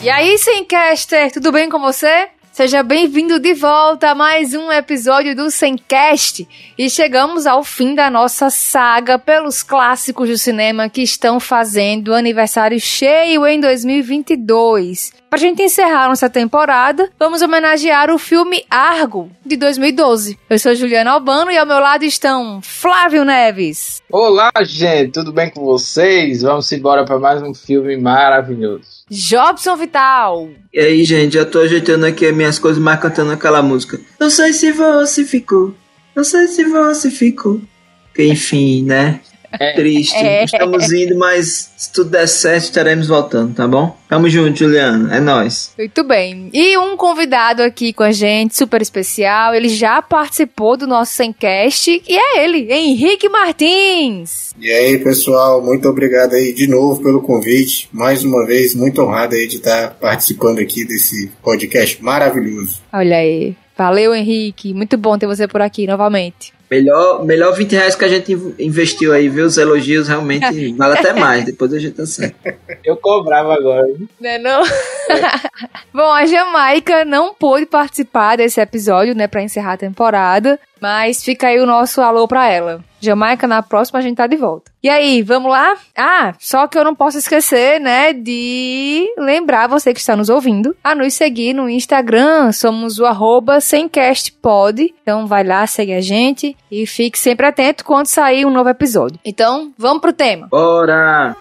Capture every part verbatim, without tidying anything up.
E aí, Semcaster, tudo bem com você? Seja bem-vindo de volta a mais um episódio do Semcast. E chegamos ao fim da nossa saga pelos clássicos do cinema que estão fazendo aniversário cheio em dois mil e vinte e dois. Pra gente encerrar nossa temporada, vamos homenagear o filme Argo, de dois mil e doze. Eu sou Juliana Albano e ao meu lado estão Flávio Neves. Olá, gente, tudo bem com vocês? Vamos embora para mais um filme maravilhoso. Jobson Vital. E aí, gente, já tô ajeitando aqui as minhas coisas, mas cantando aquela música. Não sei se você ficou, não sei se você ficou. Que, enfim, né? É triste. É. Estamos indo, mas se tudo der certo, estaremos voltando, tá bom? Tamo junto, Juliana. É nóis. Muito bem. E um convidado aqui com a gente, super especial. Ele já participou do nosso Semcast e é ele, Henrique Martins. E aí, pessoal, muito obrigado aí de novo pelo convite. Mais uma vez, muito honrado aí de estar participando aqui desse podcast maravilhoso. Olha aí. Valeu, Henrique. Muito bom ter você por aqui novamente. Melhor, melhor vinte reais que a gente investiu aí, viu? Os elogios realmente vale até mais, depois a gente tá certo. Eu cobrava agora. Não é não? É. Bom, a Jamaica não pôde participar desse episódio, né, pra encerrar a temporada, mas fica aí o nosso alô pra ela. Jamaica, na próxima a gente tá de volta. E aí, vamos lá? Ah, só que eu não posso esquecer, né, de lembrar você que está nos ouvindo a nos seguir no Instagram. Somos o arroba semcastpod. Então vai lá, segue a gente e fique sempre atento quando sair um novo episódio. Então, vamos pro tema. Bora!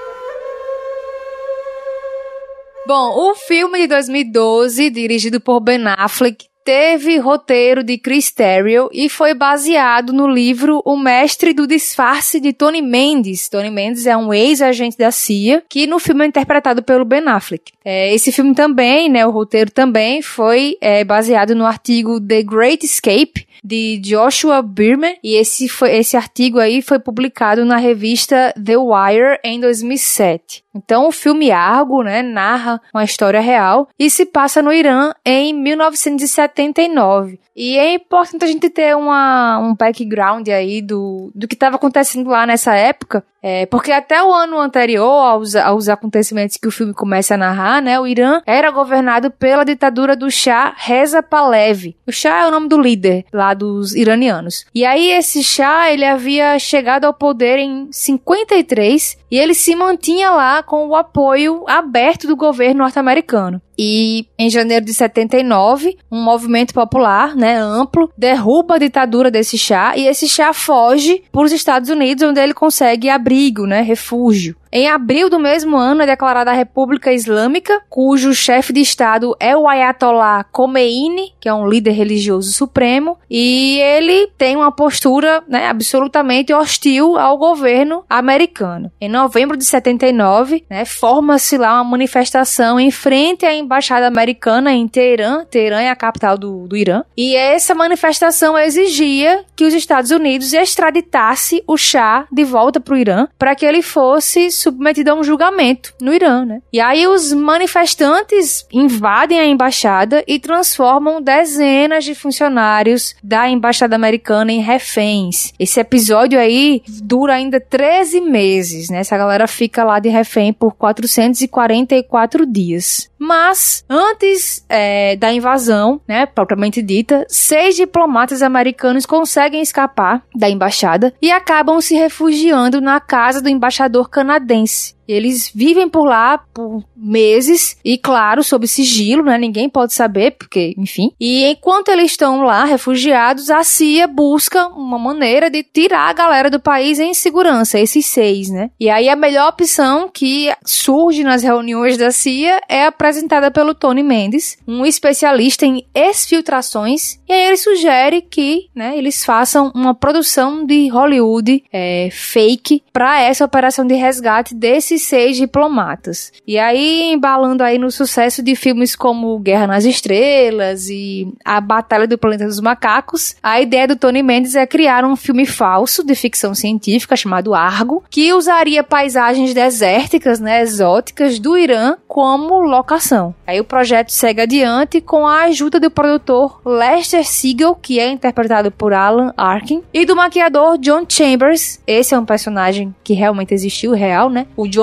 Bom, o filme de dois mil e doze, dirigido por Ben Affleck, teve roteiro de Chris Terrio e foi baseado no livro O Mestre do Disfarce, de Tony Mendes. Tony Mendes é um ex-agente da C I A, que no filme é interpretado pelo Ben Affleck. É, esse filme também, né, o roteiro também foi é, baseado no artigo The Great Escape, de Joshua Bierman, e esse, foi, esse artigo aí foi publicado na revista The Wire em dois mil e sete. Então, o filme Argo, né, narra uma história real e se passa no Irã em mil novecentos e setenta e nove. E é importante a gente ter uma, um background aí do, do que estava acontecendo lá nessa época, é, porque até o ano anterior aos, aos acontecimentos que o filme começa a narrar, né, o Irã era governado pela ditadura do Shah Reza Pahlavi. O Shah é o nome do líder lá dos iranianos. E aí esse Shah, ele havia chegado ao poder em cinquenta e três e ele se mantinha lá com o apoio aberto do governo norte-americano. E em janeiro de setenta e nove, um movimento popular, né, amplo, derruba a ditadura desse Shah e esse Shah foge para os Estados Unidos, onde ele consegue abrigo, né, refúgio. Em abril do mesmo ano é declarada a República Islâmica, cujo chefe de Estado é o Ayatollah Khomeini, que é um líder religioso supremo, e ele tem uma postura, né, absolutamente hostil ao governo americano. Em novembro de setenta e nove, né, forma-se lá uma manifestação em frente à Embaixada Americana em Teherã. Teherã é a capital do, do Irã. E essa manifestação exigia que os Estados Unidos extraditasse o Shah de volta para o Irã, para que ele fosse submetido a um julgamento no Irã, né? E aí os manifestantes invadem a embaixada e transformam dezenas de funcionários da embaixada americana em reféns. Esse episódio aí dura ainda treze meses, né? Essa galera fica lá de refém por quatrocentos e quarenta e quatro dias. Mas, antes é, da invasão, né, propriamente dita, seis diplomatas americanos conseguem escapar da embaixada e acabam se refugiando na casa do embaixador canadense. Eles vivem por lá por meses e, claro, sob sigilo, né? Ninguém pode saber, porque, enfim. E enquanto eles estão lá, refugiados, a C I A busca uma maneira de tirar a galera do país em segurança, esses seis, né? E aí a melhor opção que surge nas reuniões da C I A é apresentada pelo Tony Mendes, um especialista em exfiltrações, e aí ele sugere que, né, eles façam uma produção de Hollywood é, fake para essa operação de resgate desses seis diplomatas. E aí, embalando aí no sucesso de filmes como Guerra nas Estrelas e A Batalha do Planeta dos Macacos, a ideia do Tony Mendes é criar um filme falso de ficção científica chamado Argo, que usaria paisagens desérticas, né, exóticas do Irã como locação. Aí o projeto segue adiante com a ajuda do produtor Lester Siegel, que é interpretado por Alan Arkin, e do maquiador John Chambers. Esse é um personagem que realmente existiu, real, né? O John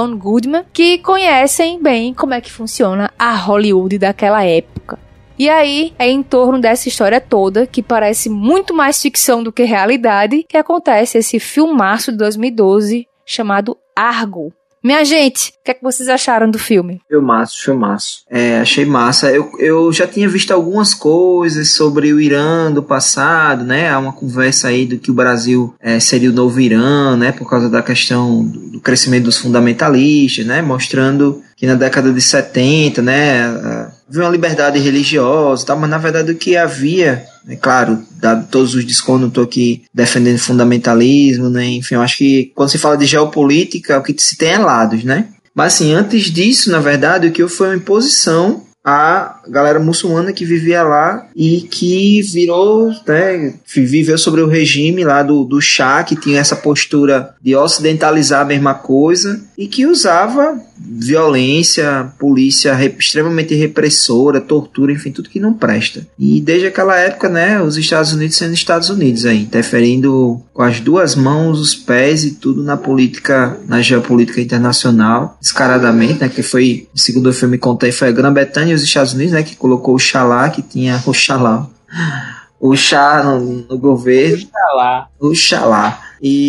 John Goodman, que conhecem bem como é que funciona a Hollywood daquela época. E aí, é em torno dessa história toda, que parece muito mais ficção do que realidade, que acontece esse filmaço de dois mil e doze chamado Argo. Minha gente, o que é que vocês acharam do filme? Filmaço, filmaço. É, achei massa. Eu, eu já tinha visto algumas coisas sobre o Irã do passado, né? Há uma conversa aí do que o Brasil é, seria o novo Irã, né? Por causa da questão do, do crescimento dos fundamentalistas, né? Mostrando que na década de setenta, né? Havia uma liberdade religiosa e tal, mas na verdade o que havia, é claro, dado todos os descontos, não estou aqui defendendo fundamentalismo, né? Enfim, eu acho que quando se fala de geopolítica, o que se tem é lados, né? Mas assim, antes disso, na verdade, o que foi uma imposição à galera muçulmana que vivia lá e que virou, né, viveu sobre o regime lá do, do Shah, que tinha essa postura de ocidentalizar a mesma coisa e que usava violência, polícia rep- extremamente repressora, tortura, enfim, tudo que não presta. E desde aquela época, né, os Estados Unidos sendo Estados Unidos aí, interferindo com as duas mãos, os pés e tudo na política, na geopolítica internacional, descaradamente, né, que foi, segundo o filme contei, foi a Grã-Bretanha e os Estados Unidos, né, que colocou o Shah lá, que tinha o Shah lá, o Shah no, no governo, o Shah lá, o Shah lá,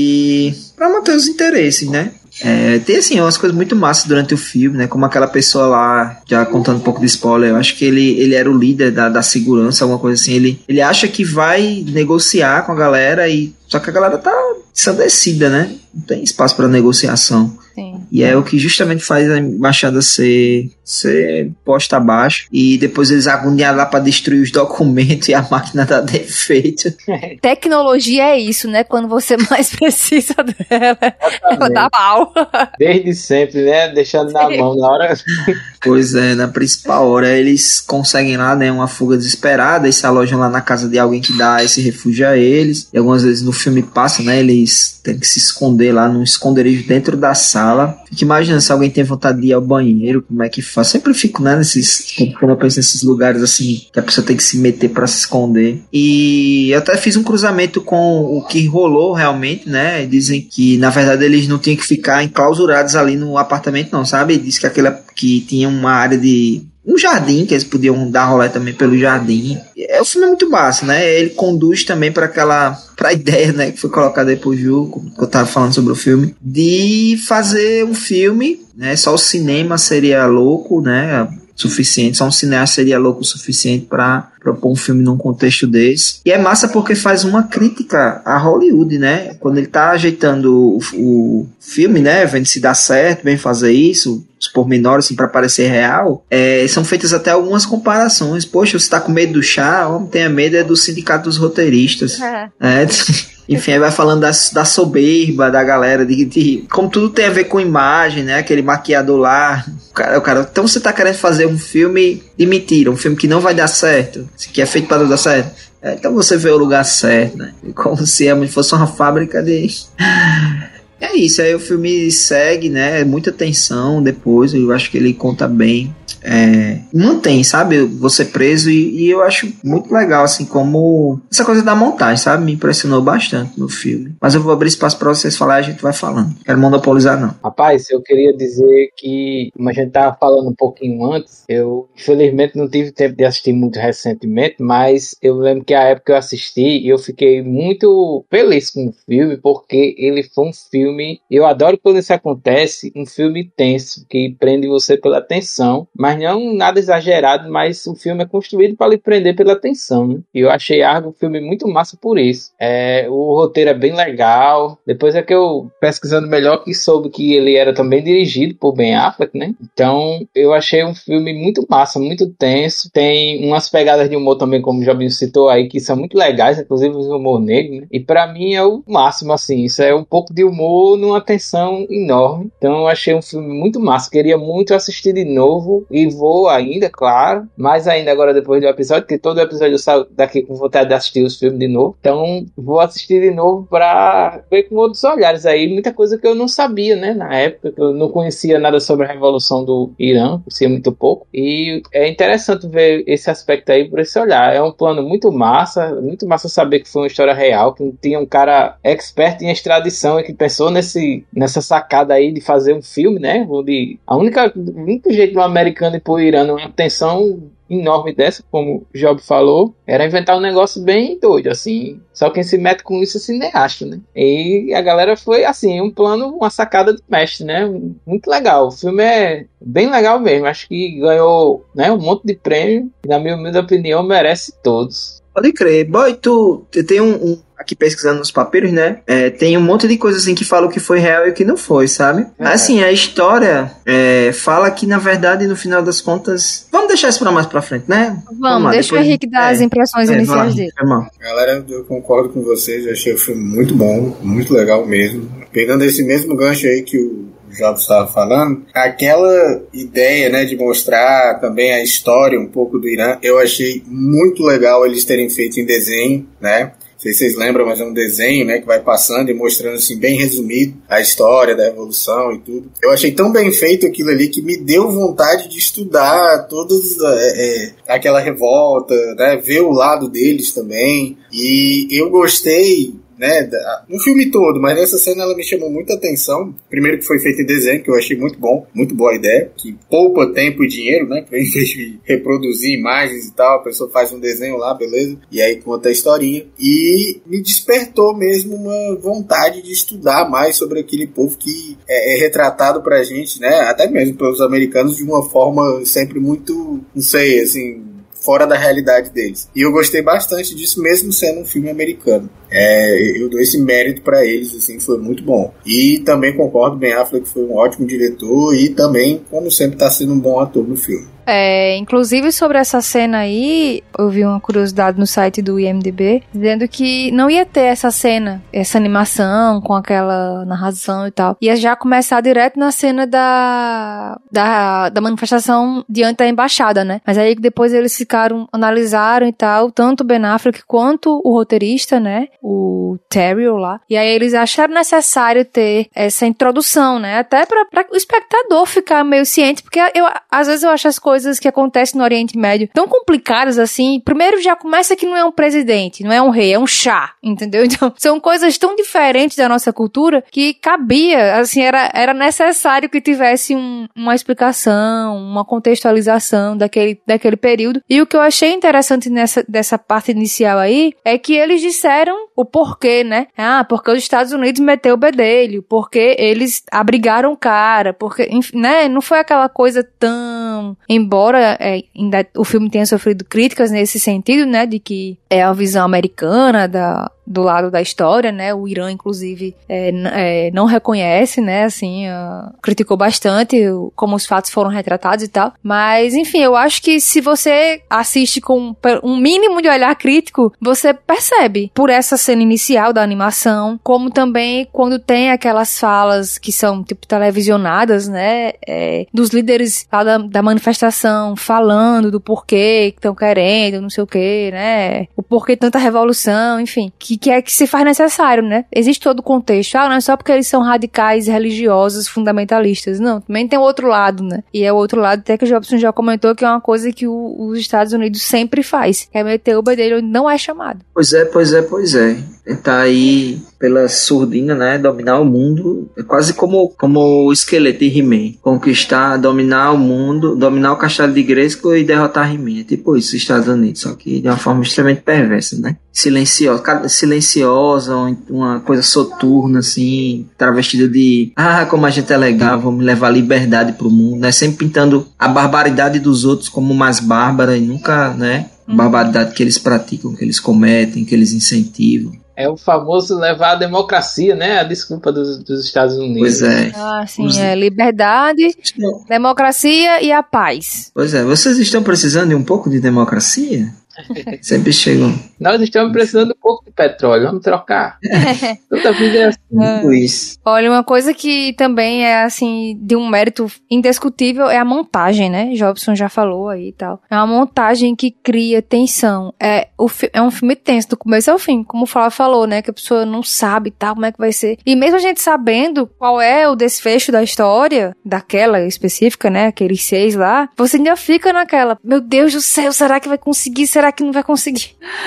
e para manter os interesses, né. É, tem assim umas coisas muito massas durante o filme, né? Como aquela pessoa lá, já contando um pouco de spoiler, eu acho que ele, ele era o líder da, da segurança, alguma coisa assim. Ele, ele acha que vai negociar com a galera, e só que a galera tá ensandecida, né? Não tem espaço para negociação. Sim. E é o que justamente faz a embaixada ser, ser posta abaixo. E depois eles agoniam lá para destruir os documentos e a máquina dá defeito. Tecnologia é isso, né? Quando você mais precisa dela, ela dá mal. Desde sempre, né? Deixando na mão na hora. Pois é, na principal hora eles conseguem lá, né, uma fuga desesperada e se alojam lá na casa de alguém que dá esse refúgio a eles. E algumas vezes no filme passa, né, eles têm que se esconder lá num esconderijo dentro da sala. Fico imaginando se alguém tem vontade de ir ao banheiro, como é que faz. Sempre fico, né, nesses, quando eu penso nesses lugares assim, que a pessoa tem que se meter pra se esconder. E eu até fiz um cruzamento com o que rolou realmente, né, dizem que na verdade eles não tinham que ficar enclausurados ali no apartamento não, sabe? Diz que aquela que tinha uma área de um jardim, que eles podiam dar rolê também pelo jardim. É, o filme é muito massa, né? Ele conduz também para aquela, para a ideia, né, que foi colocada aí por Ju, como eu tava falando sobre o filme, de fazer um filme, né? Só o cinema seria louco, né? Suficiente, só um cineasta seria louco o suficiente para propor um filme num contexto desse. E é massa porque faz uma crítica a Hollywood, né? Quando ele tá ajeitando o, o filme, né, vendo se dá certo, bem fazer isso, os pormenores, assim, para parecer real, é, são feitas até algumas comparações. Poxa, você tá com medo do Shah? Não tenha medo, é do sindicato dos roteiristas. É. É. Enfim, aí vai falando da, da soberba da galera, de, de como tudo tem a ver com imagem, né? Aquele maquiador lá. O cara, o cara, então você tá querendo fazer um filme de mentira, um filme que não vai dar certo, que é feito para não dar certo. É, então você vê o lugar certo, né? Como se fosse uma fábrica de... É isso, aí o filme segue, né? Muita tensão depois, eu acho que ele conta bem. É, mantém, sabe, você preso e, e eu acho muito legal, assim, como essa coisa da montagem, sabe, me impressionou bastante no filme, mas eu vou abrir espaço pra vocês falarem, a gente vai falando, quero monopolizar não. Rapaz, eu queria dizer que, como a gente tava falando um pouquinho antes, eu infelizmente não tive tempo de assistir muito recentemente, mas eu lembro que a época que eu assisti, eu fiquei muito feliz com o filme, porque ele foi um filme, eu adoro quando isso acontece, um filme tenso, que prende você pela atenção, mas não nada exagerado, mas o filme é construído para lhe prender pela atenção, né? E eu achei Argo um filme muito massa por isso. É, o roteiro é bem legal. Depois é que eu, pesquisando melhor, que soube que ele era também dirigido por Ben Affleck, né? Então, eu achei um filme muito massa, muito tenso. Tem umas pegadas de humor também, como o Jobinho citou aí, que são muito legais, inclusive o humor negro, né? E pra mim é o máximo, assim. Isso é um pouco de humor numa tensão enorme. Então, eu achei um filme muito massa. Queria muito assistir de novo e vou ainda, claro, mas ainda agora depois do episódio, porque todo episódio eu saio daqui com vontade de assistir os filmes de novo, então vou assistir de novo pra ver com outros olhares aí, muita coisa que eu não sabia, né, na época, que eu não conhecia nada sobre a Revolução do Irã, conhecia muito pouco, e é interessante ver esse aspecto aí por esse olhar, é um plano muito massa, muito massa saber que foi uma história real, que tinha um cara expert em extradição e que pensou pensou nesse, nessa sacada aí de fazer um filme, né? Onde a única, o único jeito do americano ir pro Irã numa tensão enorme dessa, como o Job falou, era inventar um negócio bem doido, assim. Só quem se mete com isso é cineasta, né? E a galera foi, assim, um plano, uma sacada de mestre, né? Muito legal. O filme é bem legal mesmo. Acho que ganhou, né, um monte de prêmio e, na minha humilde opinião, merece todos. Pode crer. Boy, tu tem um, um... aqui pesquisando nos papiros, né? É, tem um monte de coisa assim que fala o que foi real e o que não foi, sabe? É. Assim, a história é, fala que, na verdade, no final das contas... Vamos deixar isso pra mais pra frente, né? Vamos, Vamos lá, deixa depois... o Henrique dar é, as impressões é, iniciais dele. Galera, eu concordo com vocês, eu achei o filme muito bom, muito legal mesmo. Pegando esse mesmo gancho aí que o Jobs estava falando, aquela ideia, né, de mostrar também a história um pouco do Irã, eu achei muito legal eles terem feito em desenho, né? Não sei se vocês lembram, mas é um desenho, né, que vai passando e mostrando, assim, bem resumido a história da Revolução e tudo. Eu achei tão bem feito aquilo ali que me deu vontade de estudar todas é, é, aquela revolta, né, ver o lado deles também. E eu gostei, né, no filme todo, mas nessa cena ela me chamou muita atenção. Primeiro que foi feito em desenho, que eu achei muito bom, muito boa ideia, que poupa tempo e dinheiro, né, pra em vez de reproduzir imagens e tal, a pessoa faz um desenho lá, beleza, e aí conta a historinha, e me despertou mesmo uma vontade de estudar mais sobre aquele povo que é, é retratado pra gente, né, até mesmo pelos americanos, de uma forma sempre muito, não sei, assim, fora da realidade deles. E eu gostei bastante disso, mesmo sendo um filme americano. É, eu dou esse mérito pra eles, assim, foi muito bom. E também concordo, Ben Affleck foi um ótimo diretor e também, como sempre, tá sendo um bom ator no filme. É, inclusive sobre essa cena aí, eu vi uma curiosidade no site do I M D B, dizendo que não ia ter essa cena, essa animação com aquela narração e tal. Ia já começar direto na cena da, da, da manifestação diante da embaixada, né? Mas aí depois eles ficaram, analisaram e tal, tanto o Ben Affleck quanto o roteirista, né? O Terrell lá. E aí eles acharam necessário ter essa introdução, né? Até pra, pra o espectador ficar meio ciente, porque eu, às vezes eu acho as coisas coisas que acontecem no Oriente Médio tão complicadas assim. Primeiro já começa que não é um presidente, não é um rei, é um chá, entendeu? Então são coisas tão diferentes da nossa cultura que cabia, assim, era, era necessário que tivesse um, uma explicação, uma contextualização daquele, daquele período. E o que eu achei interessante nessa dessa parte inicial aí é que eles disseram o porquê, né? Ah, porque os Estados Unidos meteu o bedelho, porque eles abrigaram o cara, porque, enfim, né? Não foi aquela coisa tão... Embora é, ainda, o filme tenha sofrido críticas nesse sentido, né, de que é a visão americana da, do lado da história, né, o Irã, inclusive, é, é, não reconhece, né, assim, uh, criticou bastante como os fatos foram retratados e tal, mas, enfim, eu acho que se você assiste com um mínimo de olhar crítico, você percebe, por essa cena inicial da animação, como também quando tem aquelas falas que são, tipo, televisionadas, né, é, dos líderes lá da, da manifestação, falando do porquê que estão querendo, não sei o que, né, o porquê tanta revolução, enfim, que, que é que se faz necessário, né? Existe todo o contexto. Ah, não é só porque eles são radicais, religiosos, fundamentalistas. Não, também tem o outro lado, né? E é o outro lado, até que o Jobson já comentou, que é uma coisa que o, os Estados Unidos sempre faz, que é meter o bedelho onde não é chamado. Pois é, pois é, pois é. Tentar aí, pela surdina, né, dominar o mundo, é quase como, como o esqueleto de He-Man. Conquistar, dominar o mundo, dominar o castelo de Grayskull e derrotar He-Man. É tipo isso, os Estados Unidos, só que de uma forma extremamente perversa, né? Silenciosa, silenciosa, uma coisa soturna, assim, travestida de, ah, como a gente é legal, vamos levar liberdade pro mundo, né? Sempre pintando a barbaridade dos outros como mais bárbara e nunca, né, a barbaridade que eles praticam, que eles cometem, que eles incentivam. É o famoso levar a democracia, né? A desculpa dos, dos Estados Unidos. Pois é. Ah, sim, Os... é liberdade, democracia e a paz. Pois é, vocês estão precisando de um pouco de democracia? Sempre chegam. Nós estamos precisando de um pouco de petróleo, vamos trocar. É. Toda vida é assim. Ah. Olha, uma coisa que também é assim, de um mérito indiscutível é a montagem, né? Jobson já falou aí e tal. É uma montagem que cria tensão. É, o fi- é um filme tenso do começo ao fim, como o Flávio falou, né? Que a pessoa não sabe tal, como é que vai ser. E mesmo a gente sabendo qual é o desfecho da história, daquela específica, né? Aqueles seis lá, você ainda fica naquela, meu Deus do céu, será que vai conseguir? Será será que não vai conseguir?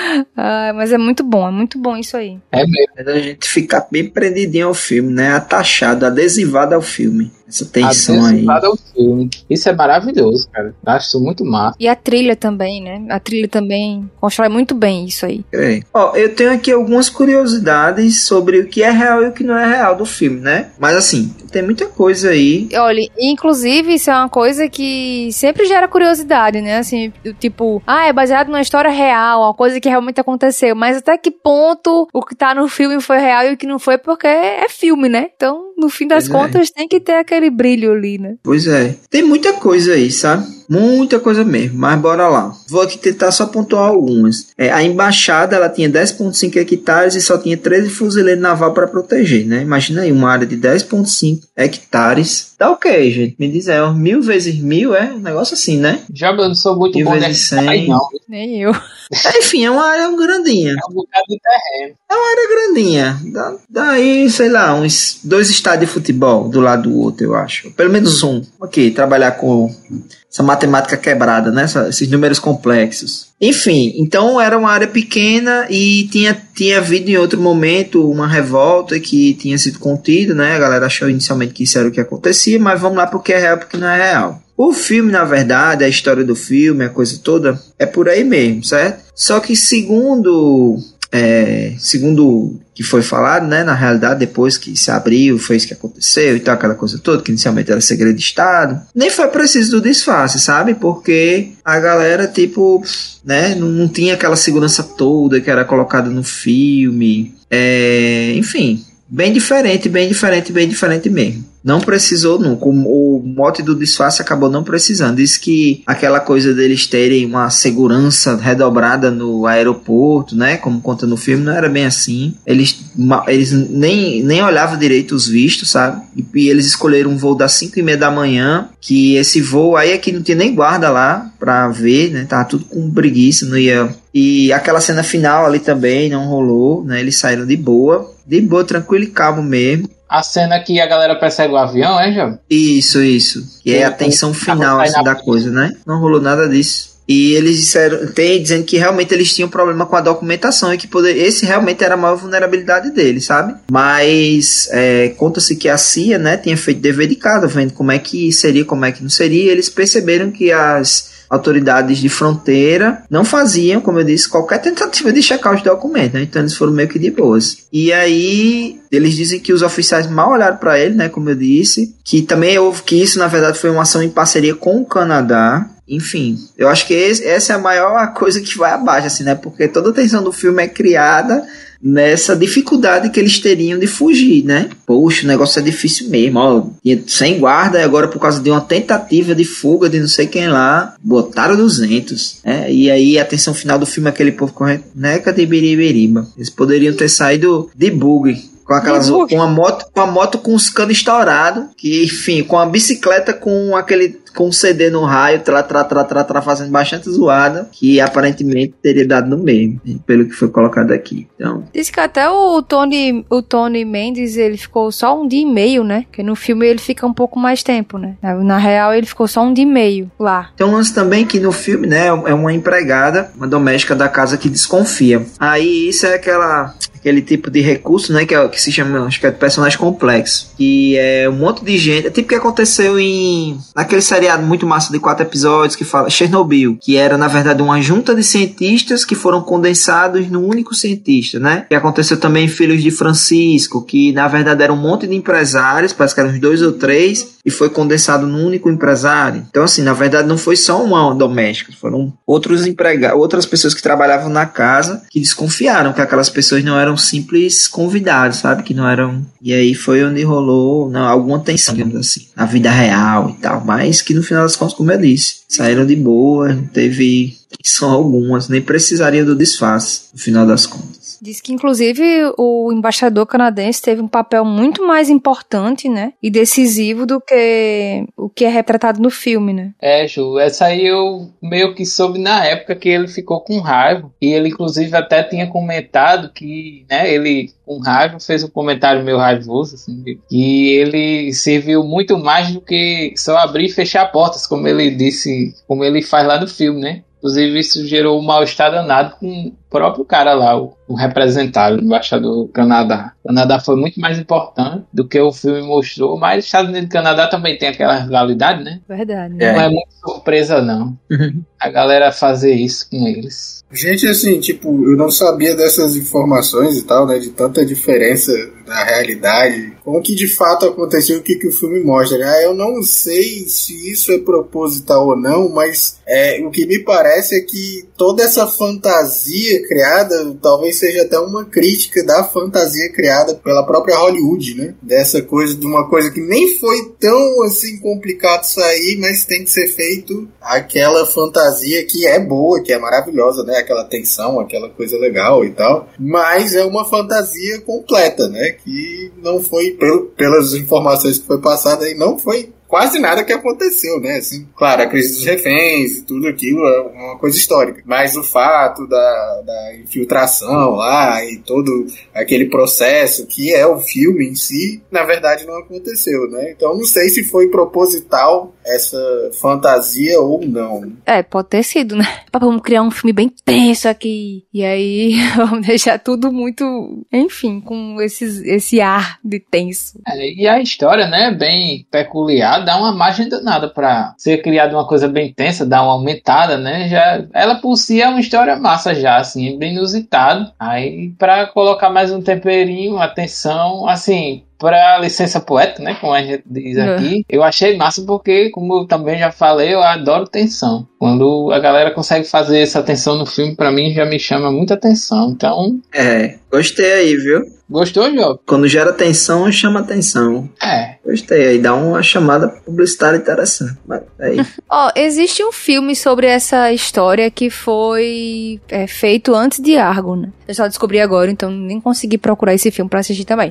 Ah, mas é muito bom, é muito bom isso aí. É mesmo. É da gente ficar bem prendidinho ao filme, né? Atachado, adesivado ao filme. Essa tensão aí. Adesivado ao filme. Isso é maravilhoso, cara. Acho isso muito massa. E a trilha também, né? A trilha também constrói muito bem isso aí. É. Ó, eu tenho aqui algumas curiosidades sobre o que é real e o que não é real do filme, né? Mas assim, tem muita coisa aí. Olha, inclusive isso é uma coisa que sempre gera curiosidade, né? Assim, tipo, ah, é baseado numa história real, uma coisa que realmente aconteceu. Mas até que ponto o que tá no filme foi real e o que não foi, porque é filme, né? Então, no fim das pois contas, é. tem que ter aquele brilho ali, né? Pois é. Tem muita coisa aí, sabe? Muita coisa mesmo, mas bora lá. Vou aqui tentar só pontuar algumas. É, a embaixada, ela tinha dez vírgula cinco hectares e só tinha treze fuzileiros naval para proteger, né? Imagina aí, uma área de dez vírgula cinco hectares. Dá o quê, gente? Me diz, é mil vezes mil, é um negócio assim, né? Já eu não sou muito mil bom vezes cem. Não. Nem eu. É, enfim, é uma área grandinha. É um bocado de terreno. É uma área grandinha. Dá, daí, sei lá, uns dois estádios de futebol do lado do outro, eu acho. Pelo menos um. Ok, trabalhar com essa matemática quebrada, né? Essa, esses números complexos. Enfim, então era uma área pequena e tinha, tinha havido em outro momento uma revolta que tinha sido contida, né? A galera achou inicialmente que isso era o que acontecia, mas vamos lá porque é real, porque não é real. O filme, na verdade, a história do filme, a coisa toda, é por aí mesmo, certo? Só que segundo... É, segundo o que foi falado, né, na realidade, depois que se abriu, foi isso que aconteceu e tal, aquela coisa toda, que inicialmente era segredo de Estado, nem foi preciso do disfarce, sabe? Porque a galera, tipo, né, não, não tinha aquela segurança toda que era colocada no filme, é, enfim, bem diferente, bem diferente, bem diferente mesmo. Não precisou nunca. O mote do disfarce acabou não precisando. Diz que aquela coisa deles terem uma segurança redobrada no aeroporto, né? Como conta no filme, não era bem assim. Eles, eles nem, nem olhavam direito os vistos, sabe? E, e eles escolheram um voo das cinco e meia da manhã, que esse voo aí aqui não tinha nem guarda lá pra ver, né? Tava tudo com preguiça, não ia... E aquela cena final ali também não rolou, né? Eles saíram de boa. De boa, tranquilo e calmo mesmo. A cena que a galera persegue o avião, é, João? Isso, isso. Que é a tensão final assim, da coisa, né? Não rolou nada disso. E eles disseram, tem dizendo que realmente eles tinham problema com a documentação e que poder, esse realmente era a maior vulnerabilidade deles, sabe? Mas é, conta-se que a C I A, né, tinha feito dever de casa, vendo como é que seria, como é que não seria, e eles perceberam que as autoridades de fronteira não faziam, como eu disse, qualquer tentativa de checar os documentos, né? Então eles foram meio que de boas. E aí eles dizem que os oficiais mal olharam para ele, né? Como eu disse, que também houve que isso na verdade foi uma ação em parceria com o Canadá. Enfim, eu acho que esse, essa é a maior coisa que vai abaixo, assim, né? Porque toda a tensão do filme é criada nessa dificuldade que eles teriam de fugir, né? Poxa, o negócio é difícil mesmo, ó, sem guarda, e agora por causa de uma tentativa de fuga de não sei quem lá, botaram duzentos, né? E aí a tensão final do filme é aquele povo correndo, neca de biribiriba. Eles poderiam ter saído de bug, com aquelas, com a moto, com a moto com os canos estourados, que enfim, com a bicicleta com aquele com um C D no raio, tra, tra, tra, tra, tra, fazendo bastante zoada, que aparentemente teria dado no meio, pelo que foi colocado aqui. Então, diz que até o Tony, o Tony Mendes, ele ficou só um dia e meio, né? Porque no filme ele fica um pouco mais tempo, né? Na real, ele ficou só um dia e meio lá. Tem um lance também que no filme, né, é uma empregada, uma doméstica da casa que desconfia. Aí isso é aquela... aquele tipo de recurso, né, que, é, que se chama, acho que é de personagem complexo, que é um monte de gente, é tipo o que aconteceu em naquele seriado muito massa de quatro episódios que fala Chernobyl, que era na verdade uma junta de cientistas que foram condensados num único cientista, né, que aconteceu também em Filhos de Francisco, que na verdade era um monte de empresários, parece que eram uns dois ou três, e foi condensado num único empresário. Então assim, na verdade não foi só uma doméstica, foram outros empregados, outras pessoas que trabalhavam na casa que desconfiaram que aquelas pessoas não eram simples convidados, sabe? Que não eram... E aí foi onde rolou não, alguma tensão, digamos assim, na vida real e tal, mas que no final das contas, como eu disse, saíram de boa, não teve tensão algumas, nem precisaria do disfarce, no final das contas. Diz que, inclusive, o embaixador canadense teve um papel muito mais importante, né? E decisivo do que o que é retratado no filme, né? É, Ju, essa aí eu meio que soube na época que ele ficou com raiva. E ele, inclusive, até tinha comentado que, né, ele, com raiva, fez um comentário meio raivoso, assim, que ele serviu muito mais do que só abrir e fechar portas, como ele disse, como ele faz lá no filme, né? Inclusive, isso gerou um mal-estar danado com o próprio cara lá, o, o representado, o embaixador do Canadá. O Canadá foi muito mais importante do que o filme mostrou, mas os Estados Unidos e o Canadá também tem aquela rivalidade, né? Verdade. Não é, é muito surpresa, não. A galera fazer isso com eles. Gente, assim, tipo, eu não sabia dessas informações e tal, né? De tanta diferença da realidade. Como que de fato aconteceu, o que, que o filme mostra, né? Eu não sei se isso é proposital ou não, mas é, o que me parece é que toda essa fantasia criada talvez seja até uma crítica da fantasia criada pela própria Hollywood, né? Dessa coisa, de uma coisa que nem foi tão assim complicado sair, mas tem que ser feito aquela fantasia que é boa, que é maravilhosa, né? Aquela tensão, aquela coisa legal e tal, mas é uma fantasia completa, né? Que não foi, pelo, pelas informações que foi passada aí, não foi quase nada que aconteceu, né? Assim, claro, a crise dos reféns e tudo aquilo é uma coisa histórica, mas o fato da, da infiltração lá e todo aquele processo que é o filme em si, na verdade não aconteceu, né? Então não sei se foi proposital essa fantasia ou não. É, pode ter sido, né? Vamos criar um filme bem tenso aqui, e aí vamos deixar tudo muito, enfim, com esses, esse ar de tenso. É, e a história, né, bem peculiar, dá uma margem danada pra ser criada uma coisa bem tensa, dar uma aumentada, né? Já, ela por si é uma história massa já, assim, bem inusitado. Aí, pra colocar mais um temperinho, atenção, assim, pra licença poética, né? Como a gente diz aqui, é. Eu achei massa porque, como eu também já falei, eu adoro tensão. Quando a galera consegue fazer essa tensão no filme, pra mim já me chama muita atenção. Então. É, gostei aí, viu? Gostou, Job? Quando gera tensão, chama atenção. É. Gostei, aí dá uma chamada publicitária interessante. Aí. Ó, existe um filme sobre essa história que foi é, feito antes de Argo, né? Eu só descobri agora, então nem consegui procurar esse filme pra assistir também.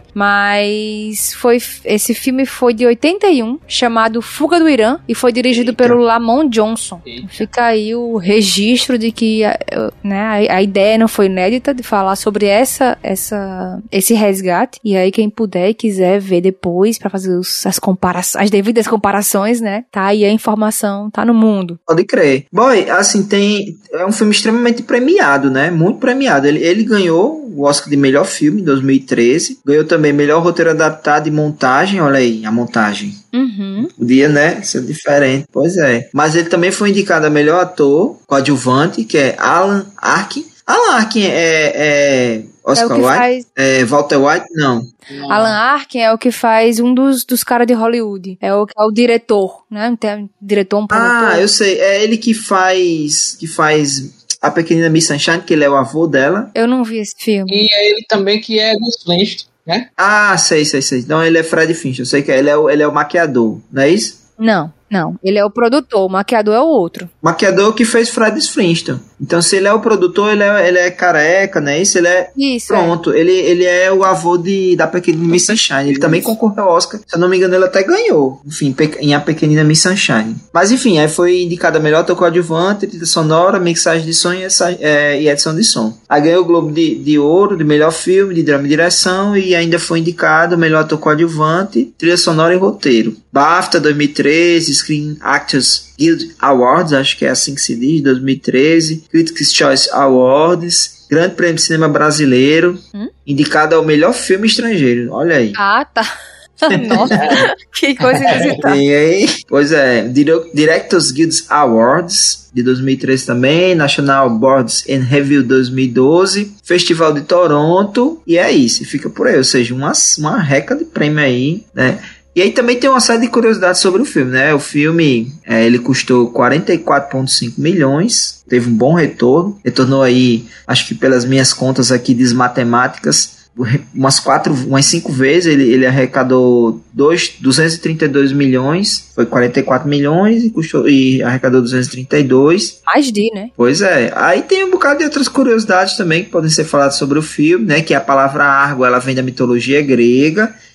Mas foi, esse filme foi de oitenta e um, chamado Fuga do Irã, e foi dirigido Eita. pelo Lamont Johnson. Eita. Fica aí o registro de que né, a, a ideia não foi inédita de falar sobre essa, essa, esse resgate. E aí quem puder e quiser ver depois pra fazer os, as, comparações, as devidas comparações, né? Tá aí a informação, tá no mundo. Pode crer. Boy, assim, tem... É um filme extremamente premiado, né? Muito premiado. Ele, ele ganhou o Oscar de melhor filme em dois mil e treze. Ganhou também melhor roteiro adaptado e montagem. Olha aí, a montagem. Uhum. Podia, né? Ser diferente. Pois é. Mas ele também foi indicado a melhor ator coadjuvante, que é Alan Arkin. Alan Arkin é... é... Oscar é White? Faz... É, Walter White? Não. Não. Alan Arkin é o que faz um dos, dos caras de Hollywood. É o, é o diretor, né? Tem um diretor, um produtor. Ah, eu sei. É ele que faz... Que faz... A Pequenina Miss Sunshine, que ele é o avô dela. Eu não vi esse filme. E é ele também que é dos Flintstones, né? Ah, sei, sei, sei. Então ele é Fred Finch. Eu sei que ele é o, ele é o maquiador, não é isso? Não, não. Ele é o produtor, o maquiador é o outro. O maquiador que fez Fred Flintstone. Então, se ele é o produtor, ele é, ele é careca, né? Isso, ele é... Isso, Pronto, é. Ele, ele é o avô de, da Pequenina Miss Sunshine. Ele também concorreu ao Oscar. Se eu não me engano, ele até ganhou. Enfim, em A Pequenina Miss Sunshine. Mas, enfim, aí foi indicada a melhor ator coadjuvante, trilha sonora, mixagem de som e, é, e edição de som. Aí ganhou o Globo de, de Ouro, de melhor filme, de drama e direção, e ainda foi indicado o melhor ator coadjuvante, trilha sonora e roteiro. BAFTA dois mil e treze, Screen Actors Guild Awards, acho que é assim que se diz, dois mil e treze, Critics' Choice Awards, Grande Prêmio de Cinema Brasileiro, hum? indicado ao melhor filme estrangeiro. Olha aí. Ah, tá. Nossa, que coisa inusitada. E aí, pois é, Directors Guild Awards de dois mil e treze também, National Boards and Review dois mil e doze, Festival de Toronto, e é isso, fica por aí, ou seja, uma, uma reca de prêmio aí, né? E aí também tem uma série de curiosidades sobre o filme, né? O filme, é, ele custou quarenta e quatro vírgula cinco milhões, teve um bom retorno, retornou aí, acho que pelas minhas contas aqui desmatemáticas, umas quatro, umas cinco vezes, ele, ele arrecadou dois, duzentos e trinta e dois milhões, foi quarenta e quatro milhões e, custou, e arrecadou duzentos e trinta e dois. Mais de, né? Pois é. Aí tem um bocado de outras curiosidades também que podem ser faladas sobre o filme, né? Que a palavra Argo, ela vem da mitologia grega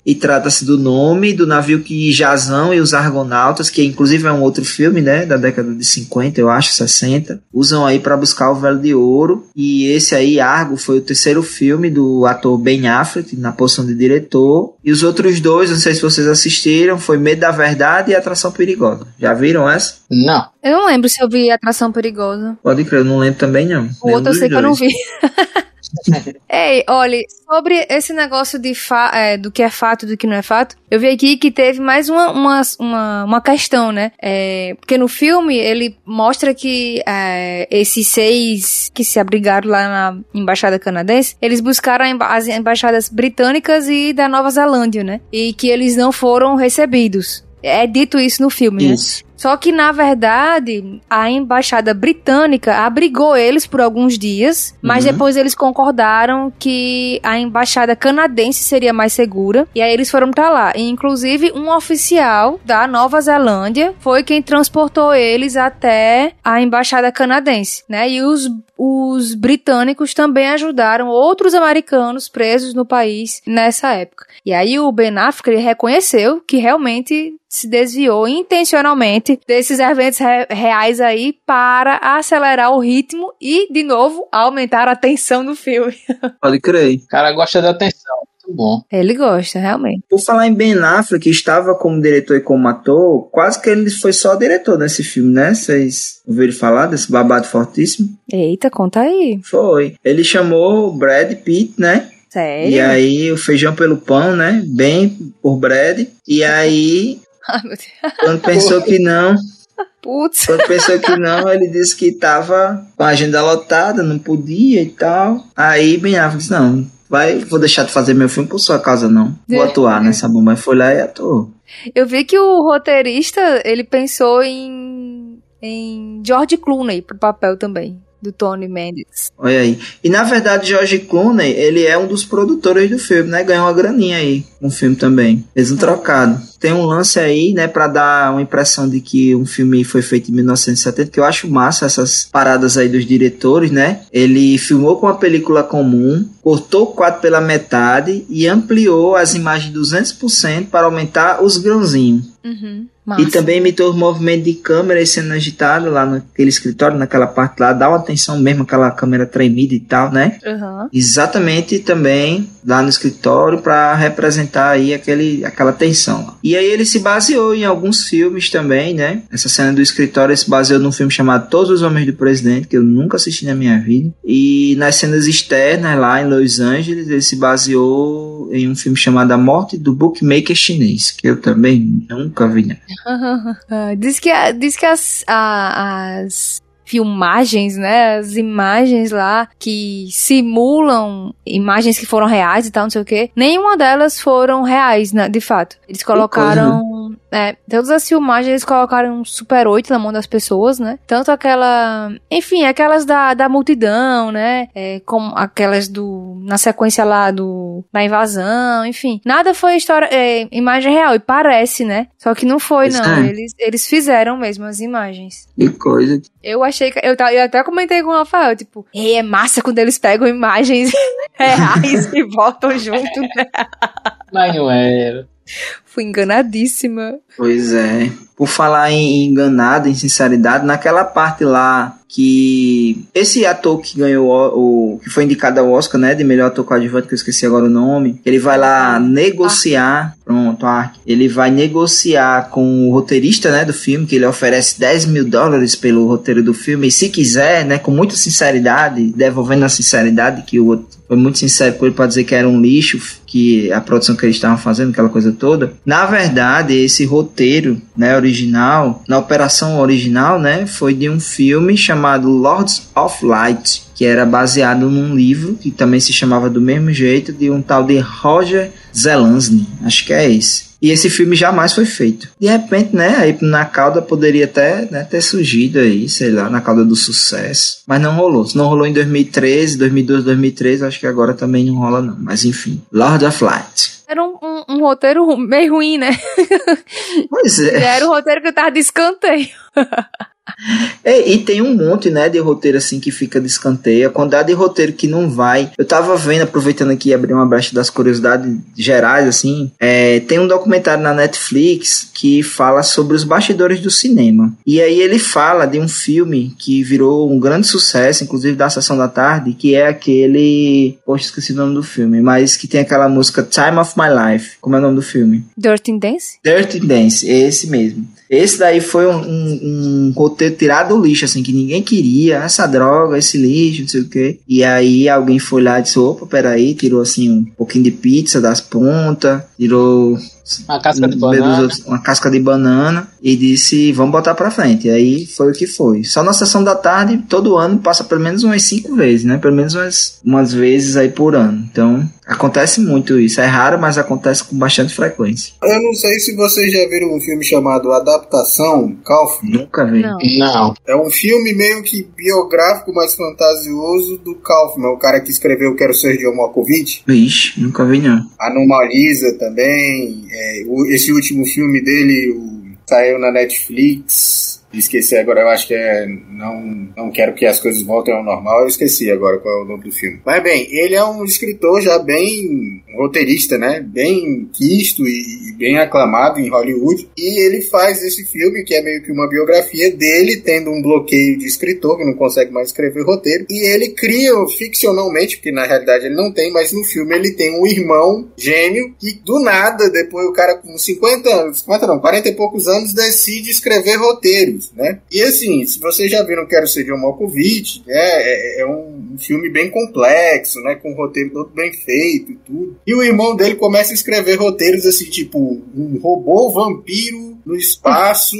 e trata-se do nome do navio que Jazão e os Argonautas, que inclusive é um outro filme, né, da década de cinquenta, eu acho, sessenta, usam aí para buscar o Velo de Ouro. E esse aí, Argo, foi o terceiro filme do ator Ben Affleck, na posição de diretor. E os outros dois, não sei se vocês assistiram, foi Medo da Verdade e Atração Perigosa. Já viram essa? Não. Eu não lembro se eu vi Atração Perigosa. Pode crer, eu não lembro também não. O outro eu sei que eu não vi. Ei, olha, sobre esse negócio de fa- é, do que é fato e do que não é fato, eu vi aqui que teve mais uma, uma, uma, uma questão, né? É, porque no filme ele mostra que é, esses seis que se abrigaram lá na embaixada canadense, eles buscaram emba- as embaixadas britânicas e da Nova Zelândia, né? E que eles não foram recebidos. É dito isso no filme, Isso. né? Só que, na verdade, a embaixada britânica abrigou eles por alguns dias, mas Uhum. depois eles concordaram que a embaixada canadense seria mais segura, e aí eles foram pra lá. E, inclusive, um oficial da Nova Zelândia foi quem transportou eles até a embaixada canadense, né? E os, os britânicos também ajudaram outros americanos presos no país nessa época. E aí o Ben Affleck, ele reconheceu que realmente se desviou intencionalmente desses eventos re- reais aí para acelerar o ritmo e, de novo, aumentar a tensão do filme. Pode crer. O cara gosta da atenção. Muito bom. Ele gosta, realmente. Por falar em Ben Affleck, que estava como diretor e como ator, quase que ele foi só diretor nesse filme, né? Vocês ouviram falar desse babado fortíssimo? Eita, conta aí. Foi. Ele chamou o Brad Pitt, né? Sério? E aí, o feijão pelo pão, né? Bem por Brad. E aí, Ai, meu Deus. quando pensou que não, Putz. quando pensou que não, ele disse que tava com a agenda lotada, não podia e tal. Aí, Ben Affleck disse, não, vai, vou deixar de fazer meu filme por sua causa, não. Vou atuar nessa bomba. Aí foi lá e atuou. Eu vi que o roteirista, ele pensou em, em George Clooney pro papel também, do Tony Mendes. Olha aí. E na verdade, George Clooney, ele é um dos produtores do filme, né? Ganhou uma graninha aí no filme também. Fez um trocado. Tem um lance aí, né, pra dar uma impressão de que um filme foi feito em mil novecentos e setenta, que eu acho massa essas paradas aí dos diretores, né? Ele filmou com uma película comum, cortou o quadro pela metade e ampliou as imagens duzentos por cento para aumentar os grãozinhos. Uhum. E também imitou os movimentos de câmera e sendo agitado lá naquele escritório, naquela parte lá, dá uma atenção mesmo, aquela câmera tremida e tal, né? Uhum. Exatamente também lá no escritório para representar aí aquele, aquela tensão lá. E aí ele se baseou em alguns filmes também, né? Essa cena do escritório se baseou num filme chamado Todos os Homens do Presidente, que eu nunca assisti na minha vida. E nas cenas externas lá em Los Angeles, ele se baseou em um filme chamado A Morte do Bookmaker Chinês, que eu também nunca vi, né? Ah, diz que, a- diz que as, a- as filmagens, né, as imagens lá que simulam imagens que foram reais e tal, não sei o que, nenhuma delas foram reais, né, de fato. Eles colocaram, é, todas as filmagens eles colocaram um Super oito na mão das pessoas, né, tanto aquela, enfim, aquelas da, da multidão, né, é, como aquelas do, na sequência lá do, da invasão, enfim, nada foi história, é, imagem real, e parece, né, só que não foi, Pois não, é. eles, eles fizeram mesmo as imagens. Que coisa. Eu achei que. Eu, ta- eu até comentei com o Rafael, tipo, ei, é massa quando eles pegam imagens reais e botam junto, né? Mas não era. Fui enganadíssima. Pois é. Por falar em enganado, em sinceridade, naquela parte lá que esse ator que ganhou o, o que foi indicado ao Oscar, né, de melhor ator coadjuvante, que eu esqueci agora o nome, ele vai lá negociar, pronto, Ark, ele vai negociar com o roteirista, né, do filme, que ele oferece dez mil dólares pelo roteiro do filme, e se quiser, né, com muita sinceridade, devolvendo a sinceridade, que o outro foi muito sincero com ele para dizer que era um lixo, que a produção que eles estavam fazendo, aquela coisa toda. Na verdade, esse roteiro, né, original, na operação original, né, foi de um filme chamado Lords of Light, que era baseado num livro que também se chamava do mesmo jeito, de um tal de Roger Zelazny, acho que é esse. E esse filme jamais foi feito. De repente, né, aí na cauda poderia até, né, ter surgido aí, sei lá, na cauda do sucesso. Mas não rolou. Se não rolou em dois mil e treze, dois mil e doze, dois mil e treze, acho que agora também não rola não. Mas enfim, Lord of Light. Era um, um, um roteiro meio ruim, né? Pois é. Era um roteiro que tava de escanteio. É, e tem um monte, né, de roteiro assim que fica de escanteio. A quantidade de roteiro que não vai. Eu tava vendo, aproveitando aqui, abrir uma brecha das curiosidades gerais, assim. É, tem um documentário na Netflix que fala sobre os bastidores do cinema. E aí ele fala de um filme que virou um grande sucesso, inclusive da Sessão da Tarde, que é aquele... Poxa, esqueci o nome do filme, mas que tem aquela música Time of My Life. Como é o nome do filme? Dirty Dance? Dirty Dance, esse mesmo. Esse daí foi um, um, um roteiro tirado do lixo, assim, que ninguém queria. Essa droga, esse lixo, não sei o quê. E aí alguém foi lá e disse, opa, peraí, tirou assim um pouquinho de pizza das pontas, tirou... Uma casca de banana. Outros, uma casca de banana e disse, vamos botar pra frente. E aí foi o que foi. Só na Sessão da Tarde, todo ano, passa pelo menos umas cinco vezes, né? Pelo menos umas, umas vezes aí por ano. Então, acontece muito isso. É raro, mas acontece com bastante frequência. Eu não sei se vocês já viram um filme chamado Adaptação, Kaufman. Nunca vi. Não. Não. É um filme meio que biográfico, mas fantasioso do Kaufman, o cara que escreveu Quero Ser John Malkovich. Vixe, nunca vi não. Anomaliza também. É, o, esse último filme dele o, saiu na Netflix. Esqueci agora, eu acho que é não, não Quero Que as Coisas Voltem ao Normal. Eu esqueci agora qual é o nome do filme. Mas bem, ele é um escritor já bem um roteirista, né? Bem quisto e, e bem aclamado em Hollywood. E ele faz esse filme que é meio que uma biografia dele, tendo um bloqueio de escritor, que não consegue mais escrever roteiro. E ele cria ficcionalmente, porque na realidade ele não tem, mas no filme ele tem um irmão gêmeo e do nada, depois o cara com cinquenta anos, cinquenta não, quarenta e poucos anos, decide escrever roteiros. Né? E assim, se vocês já viram Quero Ser John Malkovich, né, é, é um, um filme bem complexo, né, com um roteiro todo bem feito e tudo. E o irmão dele começa a escrever roteiros assim, tipo, um robô vampiro no espaço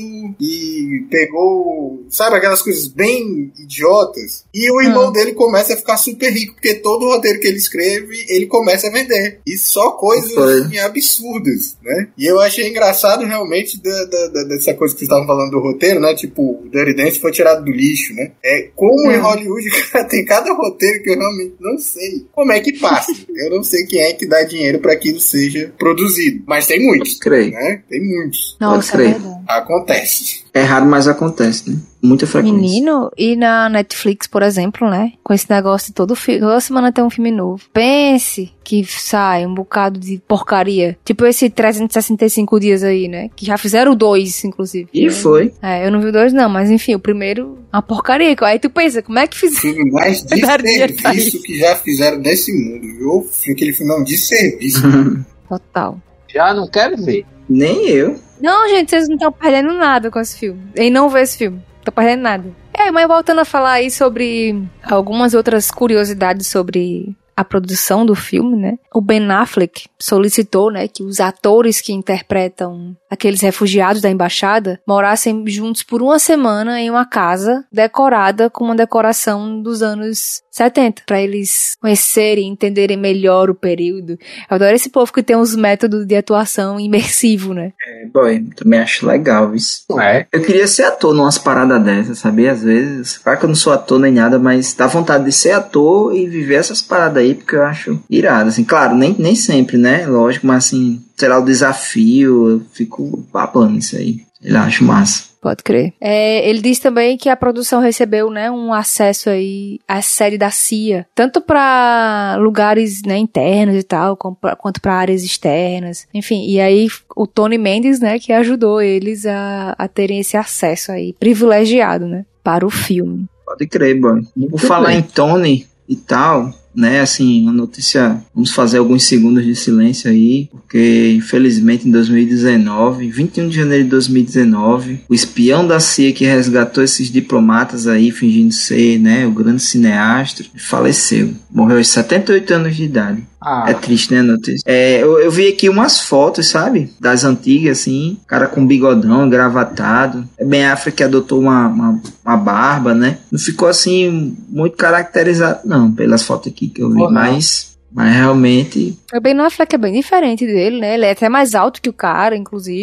e pegou, sabe, aquelas coisas bem idiotas. E o irmão hum. dele começa a ficar super rico, porque todo o roteiro que ele escreve, ele começa a vender. E só coisas assim, absurdas, né? E eu achei engraçado realmente da, da, da, dessa coisa que vocês estavam falando do roteiro, né? Tipo, o Dirty Dance foi tirado do lixo, né? É, como hum. em Hollywood, cara, tem cada roteiro que eu realmente não sei como é que passa. Eu não sei quem é que dá dinheiro pra aquilo seja produzido. Mas tem muitos, creio. né? Tem muitos. Nossa, é verdade. Acontece. É raro, mas acontece, né? Muita frequência. Menino, e na Netflix, por exemplo, né? Com esse negócio de todo filme, toda semana tem um filme novo. Pense que sai um bocado de porcaria. Tipo esse trezentos e sessenta e cinco dias aí, né? Que já fizeram dois, inclusive. E né? foi. É, eu não vi o dois não, mas enfim, o primeiro, uma porcaria. Aí tu pensa, como é que fizeram? O filme mais de serviço que já fizeram nesse mundo, viu? Aquele filme não de serviço. Total. Já não quero ver. Nem eu. Não, gente, vocês não estão perdendo nada com esse filme. Em não ver esse filme. Não tô perdendo nada. É, mas voltando a falar aí sobre algumas outras curiosidades sobre a produção do filme, né? O Ben Affleck solicitou, né, que os atores que interpretam aqueles refugiados da embaixada morassem juntos por uma semana em uma casa decorada com uma decoração dos anos setenta, para eles conhecerem, entenderem melhor o período. Eu adoro esse povo que tem uns métodos de atuação imersivo, né? É, boy, também acho legal isso. Não é? Eu queria ser ator numas paradas dessas, sabia? Às vezes, claro que eu não sou ator nem nada, mas dá vontade de ser ator e viver essas paradas aí, porque eu acho irado, assim. Claro, nem, nem sempre, né? Lógico, mas assim, sei lá, o desafio, eu fico babando isso aí. Eu acho massa. Pode crer. É, ele diz também que a produção recebeu, né, um acesso aí à série da C I A, tanto para lugares, né, internos e tal, quanto para áreas externas. Enfim, e aí o Tony Mendes, né, que ajudou eles a, a terem esse acesso aí privilegiado, né, para o filme. Pode crer, boy. Por falar em Tony e tal, né, assim, a notícia, vamos fazer alguns segundos de silêncio aí, porque infelizmente em dois mil e dezenove, vinte e um de janeiro de dois mil e dezenove, o espião da C I A que resgatou esses diplomatas aí, fingindo ser, né, o grande cineasta, faleceu, morreu aos setenta e oito anos de idade. Ah. É triste, né, a notícia? É, eu, eu vi aqui umas fotos, sabe? Das antigas, assim. Cara com bigodão, gravatado. É Ben Affleck adotou uma, uma, uma barba, né? Não ficou, assim, muito caracterizado, não, pelas fotos aqui que eu vi. Oh, mas, mas realmente... O Ben Affleck é bem diferente dele, né? Ele é até mais alto que o cara, inclusive.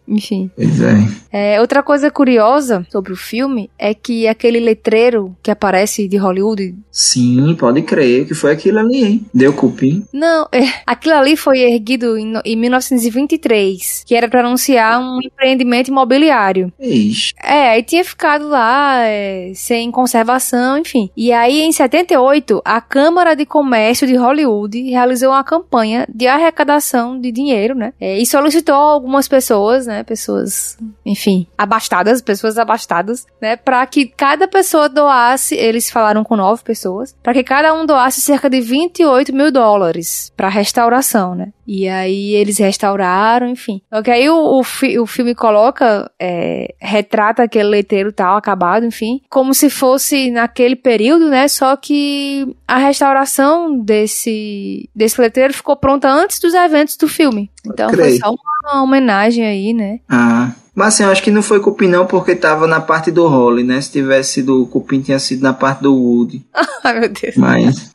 Enfim. Pois é. É, outra coisa curiosa sobre o filme é que aquele letreiro que aparece de Hollywood... Sim, pode crer que foi aquilo ali, hein? Deu cupim. Não, é, aquilo ali foi erguido em, em mil novecentos e vinte e três, que era para anunciar um empreendimento imobiliário. Ixi. É, aí tinha ficado lá é, sem conservação, enfim. E aí, em setenta e oito, a Câmara de Comércio de Hollywood realizou uma campanha de arrecadação de dinheiro, né? É, e solicitou algumas pessoas, né? Pessoas, enfim, abastadas, pessoas abastadas, né? Pra que cada pessoa doasse, eles falaram com nove pessoas, pra que cada um doasse cerca de vinte e oito mil dólares pra restauração, né? E aí eles restauraram, enfim. Só que aí o, o, fi, o filme coloca, é, retrata aquele letreiro tal, acabado, enfim, como se fosse naquele período, né? Só que a restauração desse, desse letreiro ficou pronta antes dos eventos do filme. Então foi só uma homenagem aí, né? Ah, mas assim, eu acho que não foi cupim não, porque tava na parte do Holly, né? Se tivesse sido o cupim, tinha sido na parte do Woody. Ai, meu Deus. Mas,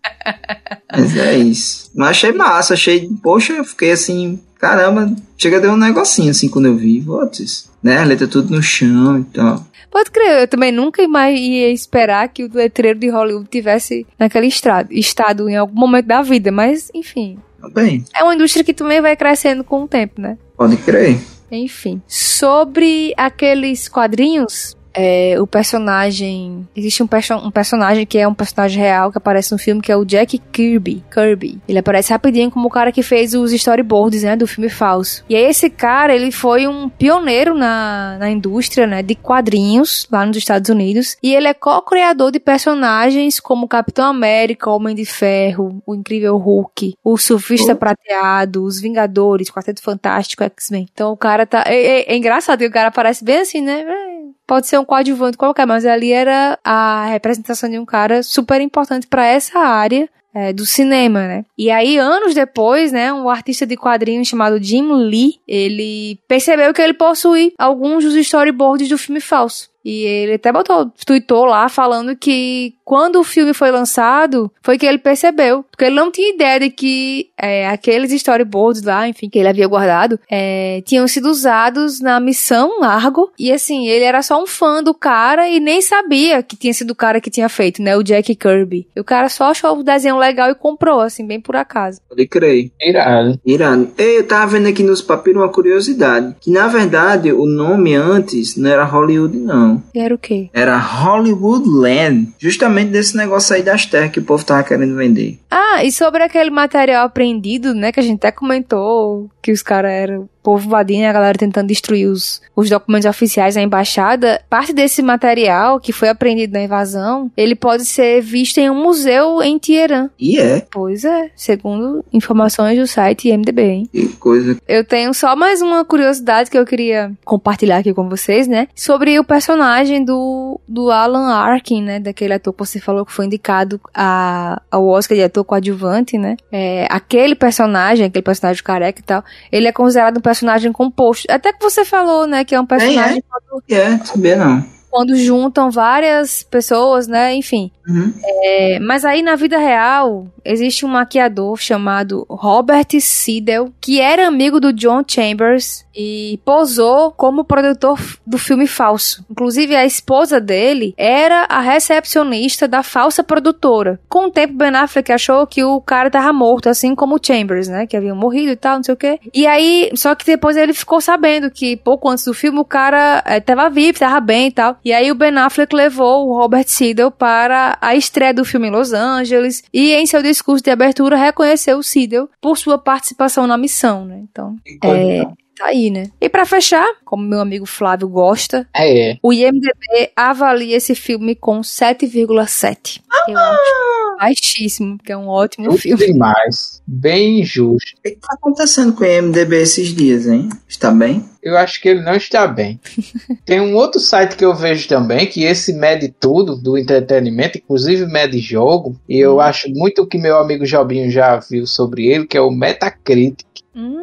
mas é isso. Mas achei massa, achei... Poxa, eu fiquei assim... Caramba, chega a dar um negocinho assim quando eu vi. Putz, né? A letra tudo no chão e tal. Pode crer, eu também nunca mais ia esperar que o letreiro de Hollywood tivesse naquele estrado, estado em algum momento da vida, mas enfim. Bem. É uma indústria que também vai crescendo com o tempo, né? Pode crer. Enfim. Sobre aqueles quadrinhos, é, o personagem... Existe um, perso- um personagem que é um personagem real que aparece no filme, que é o Jack Kirby. Kirby. Ele aparece rapidinho como o cara que fez os storyboards, né, do filme falso. E aí esse cara, ele foi um pioneiro na, na indústria, né, de quadrinhos lá nos Estados Unidos. E ele é co-criador de personagens como Capitão América, Homem de Ferro, o Incrível Hulk, o Surfista oh. Prateado, os Vingadores, Quarteto Fantástico, X-Men. Então o cara tá... É, é, é engraçado que o cara aparece bem assim, né? Pode ser um coadjuvante qualquer, mas ali era a representação de um cara super importante para essa área é, do cinema, né? E aí, anos depois, né, um artista de quadrinhos chamado Jim Lee, ele percebeu que ele possui alguns dos storyboards do filme falso. E ele até botou, tweetou lá falando que quando o filme foi lançado, foi que ele percebeu. Porque ele não tinha ideia de que é, aqueles storyboards lá, enfim, que ele havia guardado, é, tinham sido usados na missão Argo. E assim, ele era só um fã do cara e nem sabia que tinha sido o cara que tinha feito, né? O Jack Kirby. E o cara só achou o desenho legal e comprou, assim, bem por acaso. Pode crer. Irado. Irado. Eu tava vendo aqui nos papiros uma curiosidade. Que na verdade o nome antes não era Hollywood, não. E era o quê? Era Hollywoodland. Justamente desse negócio aí das terras que o povo tava querendo vender. Ah, e sobre aquele material apreendido, né? Que a gente até comentou que os caras eram... povo invadindo, a galera tentando destruir os, os documentos oficiais da embaixada. Parte desse material que foi apreendido na invasão, ele pode ser visto em um museu em Teherã. E é? Pois é, segundo informações do site I M D B, hein? Que coisa. Eu tenho só mais uma curiosidade que eu queria compartilhar aqui com vocês, né? Sobre o personagem do, do Alan Arkin, né? Daquele ator que você falou que foi indicado a, ao Oscar de ator coadjuvante, né? É, aquele personagem, aquele personagem careca e tal, ele é considerado um personagem composto. Até que você falou, né, que é um personagem... É, é, é sabia não. Quando juntam várias pessoas, né, enfim. Uhum. É, mas aí na vida real, existe um maquiador chamado Robert Siedel, que era amigo do John Chambers e posou como produtor do filme falso. Inclusive, a esposa dele era a recepcionista da falsa produtora. Com o tempo, Ben Affleck achou que o cara tava morto, assim como o Chambers, né, que havia morrido e tal, não sei o quê. E aí, só que depois ele ficou sabendo que pouco antes do filme o cara é, tava vivo, tava bem e tal. E aí o Ben Affleck levou o Robert Siedel para a estreia do filme em Los Angeles e em seu discurso de abertura reconheceu o Siedel por sua participação na missão, né? Então, é, tá aí, né? E pra fechar, como meu amigo Flávio gosta, é. o I M D B avalia esse filme com sete vírgula sete. Ah! Eu acho baixíssimo, porque é um ótimo Muito filme. demais. Bem injusto. O que tá acontecendo com o I M D B esses dias, hein? Está bem? Eu acho que ele não está bem. Tem um outro site que eu vejo também, que esse mede tudo do entretenimento, inclusive mede jogo, e eu acho muito que meu amigo Jobinho já viu sobre ele, que é o Metacritic. Hum.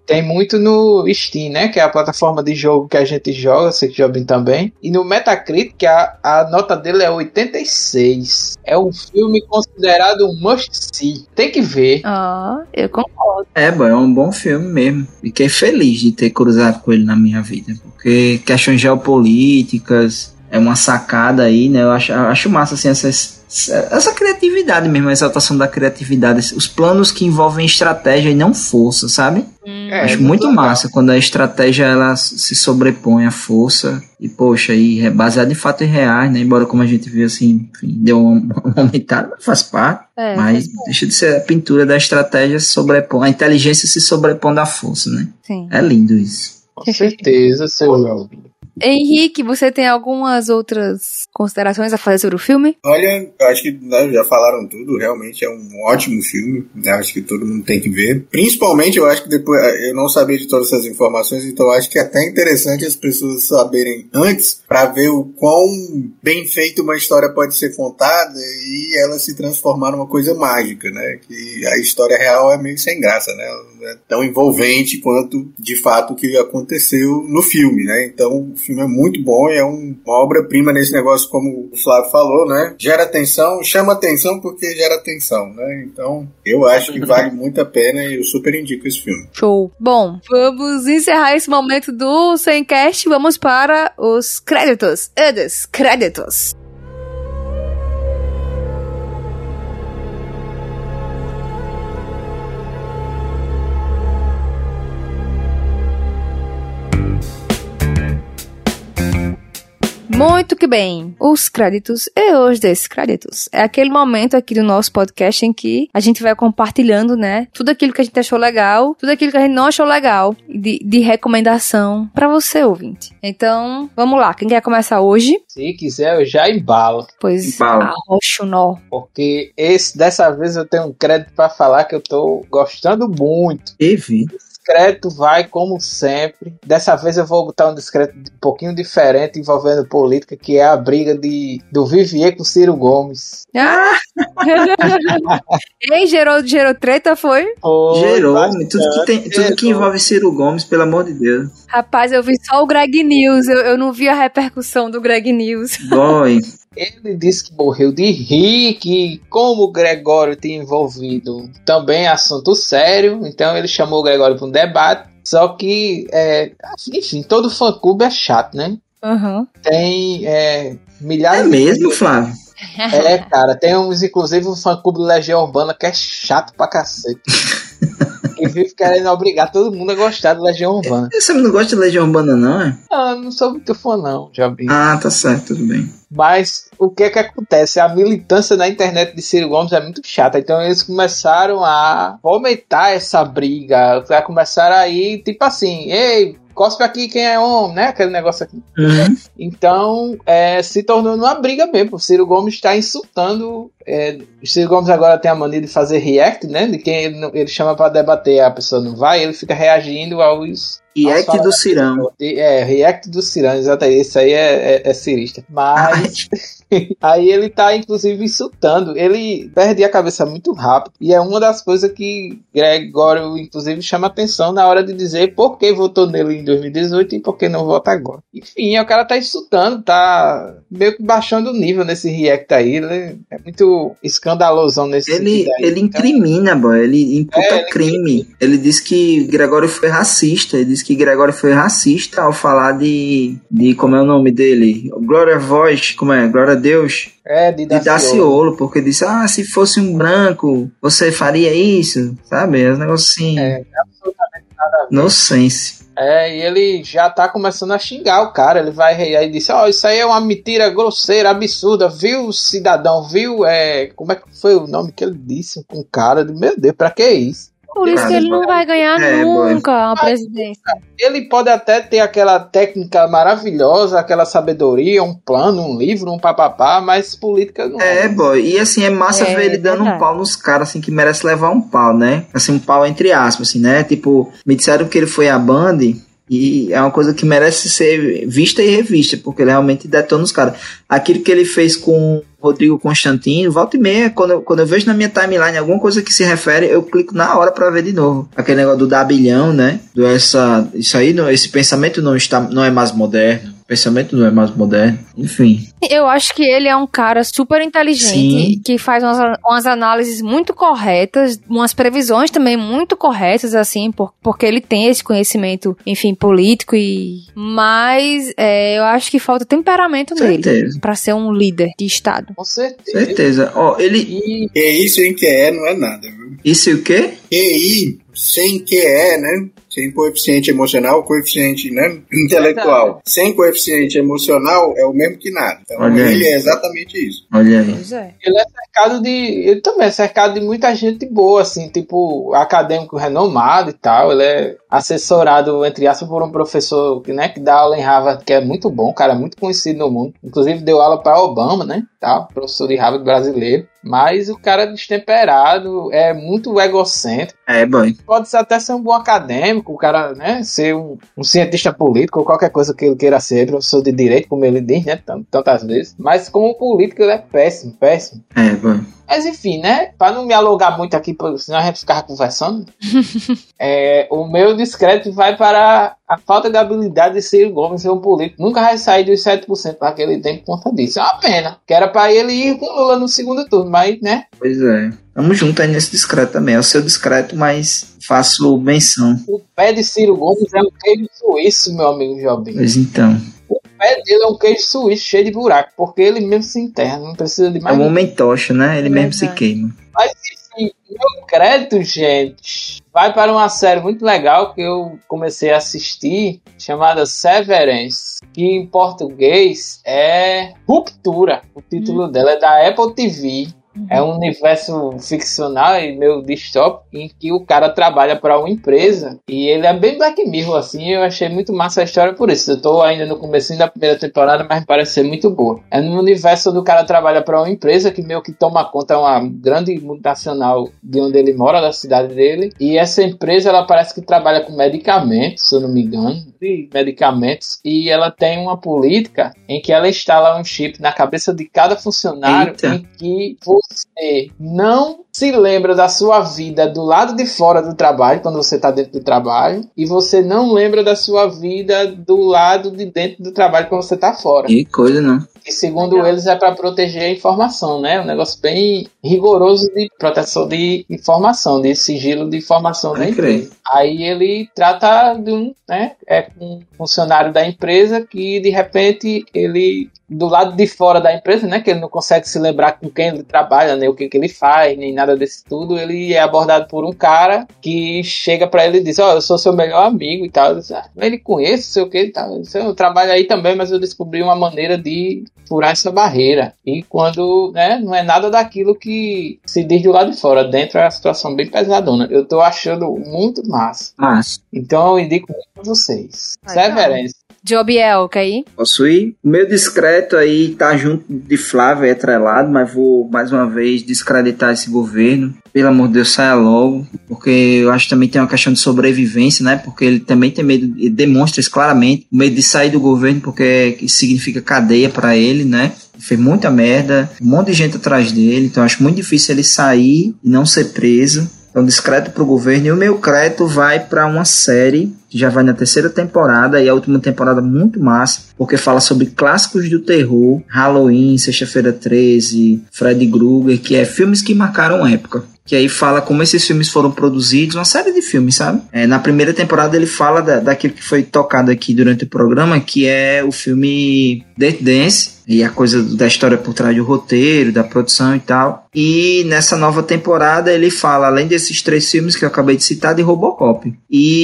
Tem muito no Steam, né? Que é a plataforma de jogo que a gente joga, sei que Jobim também. E no Metacritic, a, a nota dele é oitenta e seis. É um filme considerado um must-see. Tem que ver. Ah, eu concordo. É, boy, é um bom filme mesmo. Fiquei feliz de ter cruzado com ele na minha vida. Porque questões geopolíticas é uma sacada aí, né? Eu acho, eu acho massa, assim, essas... essa criatividade mesmo, a exaltação da criatividade, os planos que envolvem estratégia e não força, sabe? Hum. É, acho muito legal. Massa quando a estratégia ela se sobrepõe à força e, poxa, e é baseado em fatos reais, né? Embora, como a gente viu, assim, enfim, deu uma aumentada, mas faz parte. É, mas faz deixa de ser a pintura da estratégia se sobrepõe, a inteligência se sobrepõe da força, né? Sim. É lindo isso. Com certeza, seu Jovem. Henrique, você tem algumas outras considerações a fazer sobre o filme? Olha, eu acho que né, já falaram tudo, realmente é um ótimo filme, né? Acho que todo mundo tem que ver. Principalmente, eu acho que depois, eu não sabia de todas essas informações, então eu acho que é até interessante as pessoas saberem antes, para ver o quão bem feito uma história pode ser contada e ela se transformar numa coisa mágica, né? Que a história real é meio sem graça, né? Ela não é tão envolvente quanto, de fato, o que aconteceu no filme, né? Então, o filme é muito bom e é um, uma obra-prima nesse negócio, como o Flávio falou, né? Gera atenção, chama atenção porque gera atenção, né? Então, eu acho que vale muito a pena e eu super indico esse filme. Show. Bom, vamos encerrar esse momento do Semcast. Vamos para os créditos. Edes, créditos. Muito que bem. Os créditos e os descréditos. É aquele momento aqui do nosso podcast em que a gente vai compartilhando, né? Tudo aquilo que a gente achou legal, tudo aquilo que a gente não achou legal, de, de recomendação pra você, ouvinte. Então, vamos lá. Quem quer começar hoje? Se quiser, eu já embalo. Pois, embalo. Arrocha o nó. Porque esse, dessa vez eu tenho um crédito pra falar que eu tô gostando muito. E vi. Discreto vai, como sempre. Dessa vez eu vou botar um discreto um pouquinho diferente, envolvendo política, que é a briga de, do Vivier com Ciro Gomes. Ah! Ei, gerou, gerou treta, foi? foi gerou, bastante, tudo, que tem, tudo que envolve Ciro Gomes, pelo amor de Deus. Rapaz, eu vi só o Greg News, eu, eu não vi a repercussão do Greg News. Boy. Ele disse que morreu de rir, que como o Gregório tinha envolvido também assunto sério, então ele chamou o Gregório para um debate, só que, é, enfim, todo fã-clube é chato, né? Uhum. Tem é, milhares é de... mesmo, Flávio? É, cara, tem uns, inclusive, um fã-clube do Legião Urbana que é chato pra cacete. Que vive querendo obrigar todo mundo a gostar do Legião Urbana. Você não gosta de Legião Urbana, não, é? Ah, não sou muito fã, não, já vi. Ah, tá certo, tudo bem. Mas o que é que acontece? A militância na internet de Ciro Gomes é muito chata. Então eles começaram a fomentar essa briga. Começaram aí, tipo assim, ei, cospe aqui quem é homem, né? Aquele negócio aqui. Uhum. Então, é, se tornou uma briga mesmo. O Ciro Gomes está insultando. É, o Ciro Gomes agora tem a mania de fazer react, né? De quem ele, ele chama para debater, a pessoa não vai, ele fica reagindo aos... React do Cirão. É, React do Cirão, exatamente. Esse aí é, é, é cirista. Mas aí ele tá, inclusive, insultando. Ele perde a cabeça muito rápido. E é uma das coisas que Gregório, inclusive, chama atenção na hora de dizer por que votou nele em dois mil e dezoito e por que não vota agora. Enfim, o cara tá insultando, tá meio que baixando o nível nesse React aí. Ele é muito escandalosão nesse Ele, aí, ele então... incrimina, boy. Ele imputa é, ele crime. Incrimina. Ele diz que Gregório foi racista. Ele diz que Gregório foi racista ao falar de, de como é o nome dele? Glória a Voz, como é? Glória a Deus. É, de Daciolo. De Daciolo, porque disse, ah, se fosse um branco, você faria isso? Sabe? É um negócio assim. É, absolutamente nada a ver. No sense. É, e ele já tá começando a xingar o cara. Ele vai aí e disse, ó, oh, isso aí é uma mentira grosseira, absurda, viu, cidadão, viu? É, como é que foi o nome que ele disse com o cara? Meu Deus, pra que isso? Por isso que ele não vai ganhar é, nunca a presidência. Ele pode até ter aquela técnica maravilhosa, aquela sabedoria, um plano, um livro, um papapá, mas política não é. É, boy. E assim, é massa é, ver ele dando verdade. um pau nos caras, assim, que merece levar um pau, né? Assim, um pau entre aspas, assim, né? Tipo, me disseram que ele foi a Band e é uma coisa que merece ser vista e revista, porque ele realmente detona os caras. Aquilo que ele fez com Rodrigo Constantino, volta e meia, quando eu, quando eu vejo na minha timeline alguma coisa que se refere, eu clico na hora pra ver de novo. Aquele negócio do dabilhão, né? Do essa, isso aí, esse pensamento não, está, não é mais moderno. O pensamento não é mais moderno. Enfim. Eu acho que ele é um cara super inteligente, Sim. que faz umas, umas análises muito corretas, umas previsões também muito corretas, assim, por, porque ele tem esse conhecimento, enfim, político e... Mas é, eu acho que falta temperamento certeza. nele pra ser um líder de Estado. Com certeza. Certeza. Ó, ele... E é isso em que é, não é nada, viu? Isso e o quê? Q I, sem Q E, né? Sem coeficiente emocional, coeficiente, né, intelectual. É sem coeficiente emocional é o mesmo que nada. Então Olha ele aí. é exatamente isso. Olha aí. Ele é cercado de... Ele também é cercado de muita gente boa, assim, tipo, acadêmico renomado e tal. Ele é assessorado, entre aspas, por um professor, né, que dá aula em Harvard, que é muito bom, cara, muito conhecido no mundo. Inclusive deu aula para Obama, né, tal, professor de Harvard brasileiro. Mas o cara é destemperado, é muito egocêntrico. É, bom. Pode até ser um bom acadêmico, o cara, né, ser um, um cientista político ou qualquer coisa que ele queira ser, professor de direito, como ele diz, né, tantas vezes. Mas como político ele é péssimo, péssimo. É, bom. Mas enfim, né, para não me alongar muito aqui, senão a gente ficava conversando, é, o meu discreto vai para a falta de habilidade de Ciro Gomes ser um político. Nunca vai sair dos sete por cento naquele tempo por conta disso. É uma pena, que era para ele ir com Lula no segundo turno, mas, né. Pois é. Vamos junto aí nesse discreto também. É o seu discreto, mas faço menção. O pé de Ciro Gomes é um queijo suíço, meu amigo Jobim. Pois então. O pé dele é um queijo suíço cheio de buraco, porque ele mesmo se enterra, não precisa de mais. É um homem tocha, né? Ele é mesmo se queima. Mas enfim, meu crédito, gente, vai para uma série muito legal que eu comecei a assistir, chamada Severance, que em português é Ruptura. O título hum. dela é da Apple T V. É um universo ficcional e meio distópico em que o cara trabalha para uma empresa e ele é bem Black Mirror, assim. Eu achei muito massa a história por isso. Eu tô ainda no comecinho da primeira temporada, mas parece ser muito boa. É no universo onde o cara trabalha para uma empresa que meio que toma conta, é uma grande multinacional de onde ele mora, da cidade dele, e essa empresa, ela parece que trabalha com medicamentos, se eu não me engano, de medicamentos, e ela tem uma política em que ela instala um chip na cabeça de cada funcionário. Eita. Em que você não se lembra da sua vida do lado de fora do trabalho, quando você está dentro do trabalho, e você não lembra da sua vida do lado de dentro do trabalho quando você está fora. Que coisa, não? E segundo Legal. eles é para proteger a informação, né? Um negócio bem rigoroso de proteção de informação, de sigilo de informação da empresa. Aí ele trata de um, né? É um funcionário da empresa que de repente ele, do lado de fora da empresa, né? Que ele não consegue se lembrar com quem ele trabalha, nem o que, que ele faz, nem nada desse tudo. Ele é abordado por um cara que chega para ele e diz: ó, oh, eu sou seu melhor amigo e tal. Ele, diz, ah, ele conhece, sei o que e tal. Eu trabalho aí também, mas eu descobri uma maneira de furar essa barreira. E quando, né, não é nada daquilo que se diz do lado de fora. Dentro é uma situação bem pesadona. Eu tô achando muito massa. Massa. Então eu indico muito pra vocês. Severance. Jobiel, quer ir? Posso ir? O meu discreto aí tá junto de Flávio, é atrelado, mas vou mais uma vez descreditar esse governo. Pelo amor de Deus, saia logo, porque eu acho que também tem uma questão de sobrevivência, né? Porque ele também tem medo, ele demonstra isso claramente, o medo de sair do governo, porque significa cadeia pra ele, né? Ele fez muita merda, um monte de gente atrás dele, então eu acho muito difícil ele sair e não ser preso. Então, discreto pro governo. E o meu crédito vai para uma série que já vai na terceira temporada, e a última temporada muito massa, porque fala sobre clássicos do terror, Halloween, Sexta-feira treze, Freddy Krueger, que é filmes que marcaram época. Que aí fala como esses filmes foram produzidos, uma série de filmes, sabe? É, na primeira temporada ele fala da, daquilo que foi tocado aqui durante o programa, que é o filme Dirty Dance, e a coisa da história por trás do roteiro, da produção e tal. E nessa nova temporada ele fala, além desses três filmes que eu acabei de citar, de Robocop.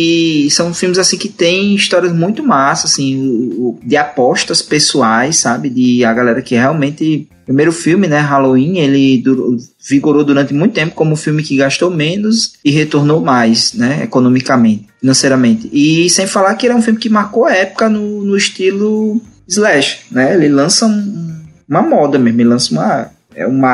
E são filmes assim que tem histórias muito massas, assim, de apostas pessoais, sabe? De a galera que realmente... Primeiro filme, né, Halloween, ele durou, vigorou durante muito tempo como um filme que gastou menos e retornou mais, né, economicamente, financeiramente. E sem falar que ele é um filme que marcou a época no, no estilo slash, né? Ele lança um, uma moda mesmo, ele lança uma, é um marco.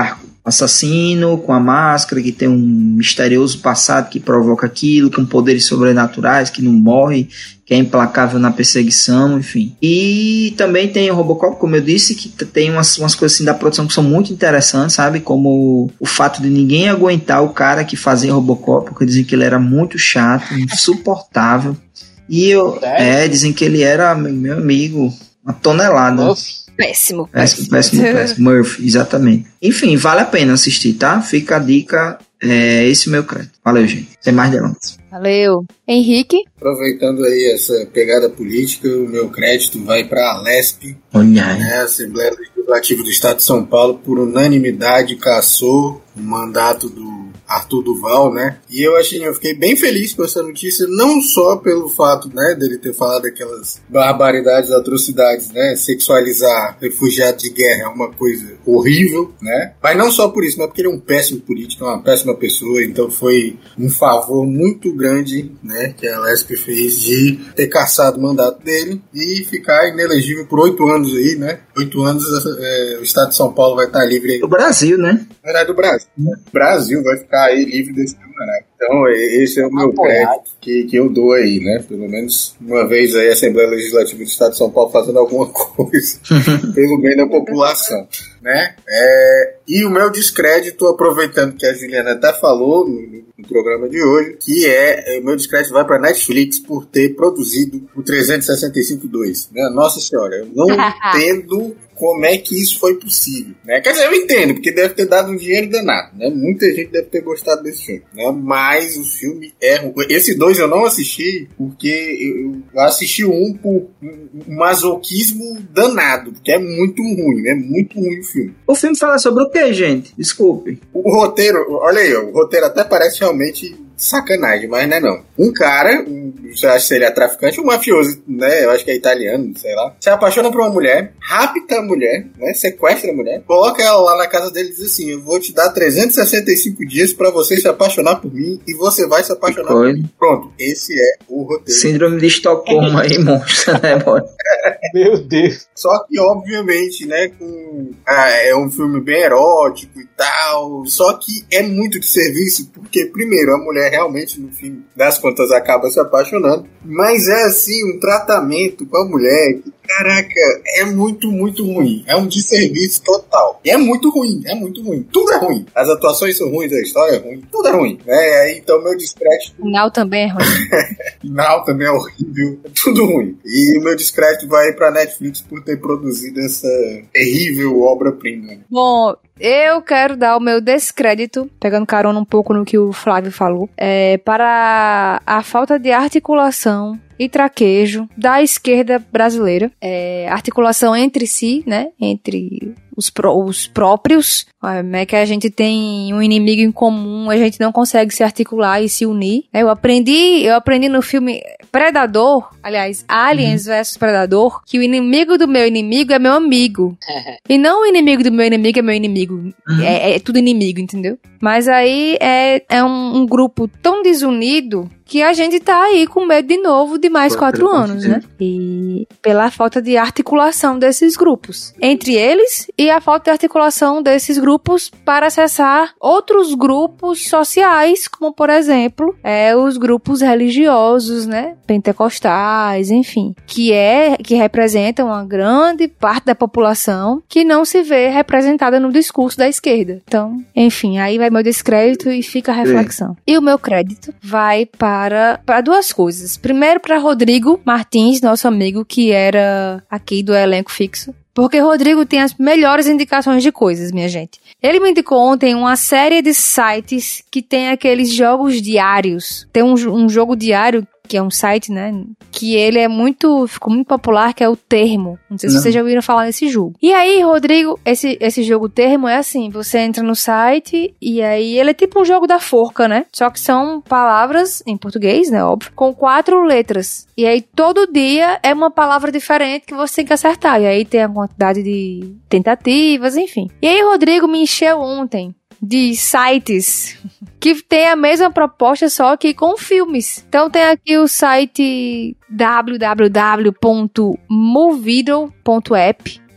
assassino com a máscara, que tem um misterioso passado que provoca aquilo, com poderes sobrenaturais, que não morre, que é implacável na perseguição, enfim. E também tem o Robocop, como eu disse, que tem umas, umas coisas assim da produção que são muito interessantes, sabe? Como o fato de ninguém aguentar o cara que fazia Robocop, porque dizem que ele era muito chato, insuportável. E eu, é, dizem que ele era meu amigo, uma tonelada. Nossa. Péssimo. Péssimo, péssimo, péssimo. Murphy, exatamente. Enfim, vale a pena assistir, tá? Fica a dica, é esse o meu crédito. Valeu, gente. Sem mais delongas. Valeu. Henrique? Aproveitando aí essa pegada política, o meu crédito vai para a Alesp, né, Assembleia Legislativa do Estado de São Paulo, por unanimidade cassou o mandato do Arthur Duval, né? E eu achei, eu fiquei bem feliz com essa notícia, não só pelo fato, né, dele ter falado aquelas barbaridades, atrocidades, né? Sexualizar refugiados de guerra é uma coisa horrível, né? Mas não só por isso, mas porque ele é um péssimo político, é uma péssima pessoa, então foi um favor muito grande, né, que a Alesp fez de ter cassado o mandato dele e ficar inelegível por oito anos aí, né? Oito anos é, o Estado de São Paulo vai estar livre aí. Do Brasil, né? Na verdade, do Brasil. O Brasil vai ficar aí livre desse camarada. Então, esse é o meu crédito que, que eu dou aí, né? Pelo menos uma vez aí a Assembleia Legislativa do Estado de São Paulo fazendo alguma coisa pelo bem da população, né? É, e o meu descrédito, aproveitando que a Juliana até falou no, no programa de hoje, que é, o meu descrédito vai para Netflix por ter produzido o trezentos e sessenta e cinco dois, né? Nossa Senhora, eu não entendo como é que isso foi possível, né? Quer dizer, eu entendo, porque deve ter dado um dinheiro danado, né? Muita gente deve ter gostado desse filme, né? Mas o filme é ruim. Esse dois eu não assisti porque eu assisti um por um masoquismo danado, porque é muito ruim, é muito ruim o filme. O filme fala sobre o quê, gente? Desculpe. O roteiro, olha aí, o roteiro até parece realmente sacanagem, mas não é não. Um cara, um, eu acho que ele é traficante, um mafioso, né? Eu acho que é italiano, sei lá. Se apaixona por uma mulher, rapta a mulher, né? Sequestra a mulher, coloca ela lá na casa dele e diz assim: eu vou te dar trezentos e sessenta e cinco dias pra você se apaixonar por mim e você vai se apaixonar por mim. Pronto, esse é o roteiro. Síndrome de Estocolmo aí, monstro, né, boy? Meu Deus. Só que, obviamente, né, com, ah, é um filme bem erótico e tal, só que é muito de serviço, porque, primeiro, a mulher realmente, no fim das contas, acaba se apaixonando, mas é, assim, um tratamento com a mulher que, caraca, é muito, muito ruim. É um desserviço total. E é muito ruim, é muito ruim. Tudo é ruim. As atuações são ruins, a história é ruim, tudo é ruim, né? Então, meu descrédito... O final também é ruim. O final também é horrível, tudo ruim. E o meu descrédito vai pra Netflix por ter produzido essa terrível obra-prima. Bom, eu quero dar o meu descrédito, pegando carona um pouco no que o Flávio falou, é, para a falta de articulação e traquejo da esquerda brasileira. É, articulação entre si, né? Entre os, pró- os próprios. É que a gente tem um inimigo em comum, a gente não consegue se articular e se unir. Eu aprendi, eu aprendi no filme Predador, aliás, Aliens uhum. versus Predador, que o inimigo do meu inimigo é meu amigo. E não o inimigo do meu inimigo é meu inimigo. Uhum. É, é tudo inimigo, entendeu? Mas aí é, é um, um grupo tão desunido que a gente tá aí com medo de novo de mais quatro anos, né? E pela falta de articulação desses grupos. Entre eles e a falta de articulação desses grupos para acessar outros grupos sociais, como, por exemplo, é, os grupos religiosos, né? Pentecostais, enfim. Que, é, que representam uma grande parte da população que não se vê representada no discurso da esquerda. Então, enfim, aí vai meu descrédito e fica a reflexão. E o meu crédito vai para Para, para duas coisas. Primeiro, para Rodrigo Martins, nosso amigo, que era aqui do elenco fixo. Porque Rodrigo tem as melhores indicações de coisas, minha gente. Ele me indicou ontem uma série de sites que tem aqueles jogos diários. Tem um, um jogo diário, que é um site, né, que ele é muito, ficou muito popular, que é o Termo. Não sei se Não. vocês já ouviram falar desse jogo. E aí, Rodrigo, esse, esse jogo Termo é assim, você entra no site e aí ele é tipo um jogo da forca, né? Só que são palavras, em português, né, óbvio, com quatro letras. E aí, todo dia é uma palavra diferente que você tem que acertar. E aí tem a quantidade de tentativas, enfim. E aí, Rodrigo me encheu ontem de sites que tem a mesma proposta, só que com filmes. Então tem aqui o site w w w ponto movido ponto app,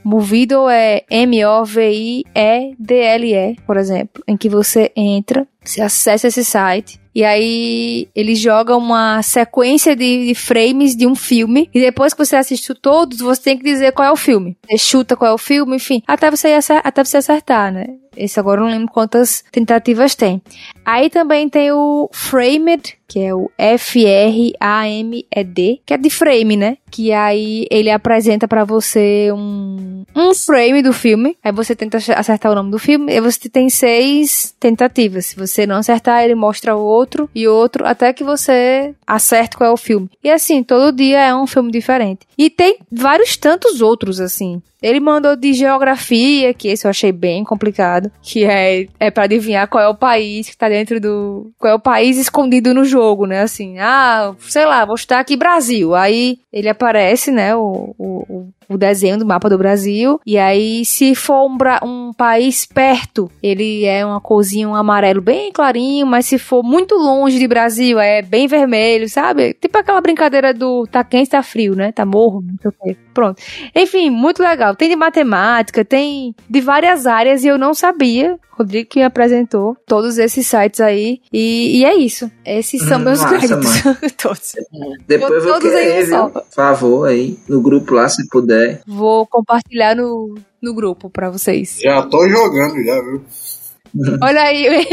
Movidle é M O V I E D L E, por exemplo, em que você entra, você acessa esse site e aí ele joga uma sequência de, de frames de um filme e depois que você assistiu todos, você tem que dizer qual é o filme. Você chuta qual é o filme, enfim, até você, até você acertar, né? Esse agora eu não lembro quantas tentativas tem. Aí também tem o Framed, que é o F R A M E D, que é de frame, né? Que aí ele apresenta pra você um, um frame do filme. Aí você tenta acertar o nome do filme e você tem seis tentativas. Se você não acertar, ele mostra outro e outro, até que você acerte qual é o filme. E assim, todo dia é um filme diferente. E tem vários tantos outros, assim. Ele mandou de geografia, que esse eu achei bem complicado, que é, é pra adivinhar qual é o país que tá dentro do... Qual é o país escondido no jogo, né? Assim, ah, sei lá, vou chutar aqui Brasil. Aí ele aparece, né, o, o, o desenho do mapa do Brasil. E aí, se for um, um país perto, ele é uma corzinha, um amarelo bem clarinho, mas se for muito longe de Brasil, é bem vermelho, sabe? Tipo aquela brincadeira do tá quente, tá frio, né? Tá morro, não sei o quê. Pronto. Enfim, muito legal. Tem de matemática, tem de várias áreas e eu não sabia. Rodrigo que me apresentou todos esses sites aí. E, e é isso. Esses são hum, meus massa, créditos. Todos. Depois eu vou querer, viu? Por favor, aí, no grupo lá, se puder. Vou compartilhar no, no grupo pra vocês. Já tô jogando, já, viu? Olha aí.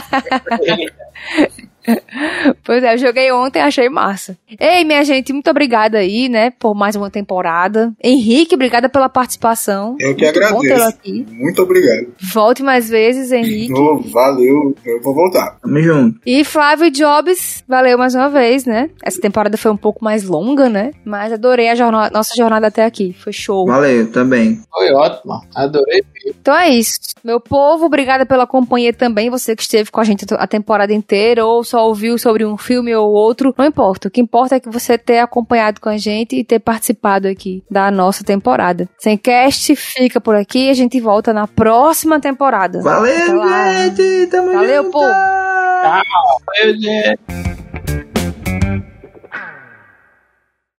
Pois é, eu joguei ontem, achei massa. Ei, minha gente, muito obrigada aí, né, por mais uma temporada. Henrique, obrigada pela participação. Eu que muito agradeço. Bom tê-lo aqui. Muito obrigado. Volte mais vezes, Henrique. Oh, valeu, eu vou voltar. Tamo junto. E Flávio Jobs, valeu mais uma vez, né? Essa temporada foi um pouco mais longa, né? Mas adorei a jornada, nossa jornada até aqui. Foi show. Valeu, também. Foi ótimo, adorei. Então é isso. Meu povo, obrigada pela companhia também. Você que esteve com a gente a temporada inteira ou só ouviu sobre um filme ou outro, não importa. O que importa é que você ter acompanhado com a gente e ter participado aqui da nossa temporada. Semcast fica por aqui e a gente volta na próxima temporada. Valeu, gente! Tamo Valeu, junto. povo! Tchau! Valeu, gente!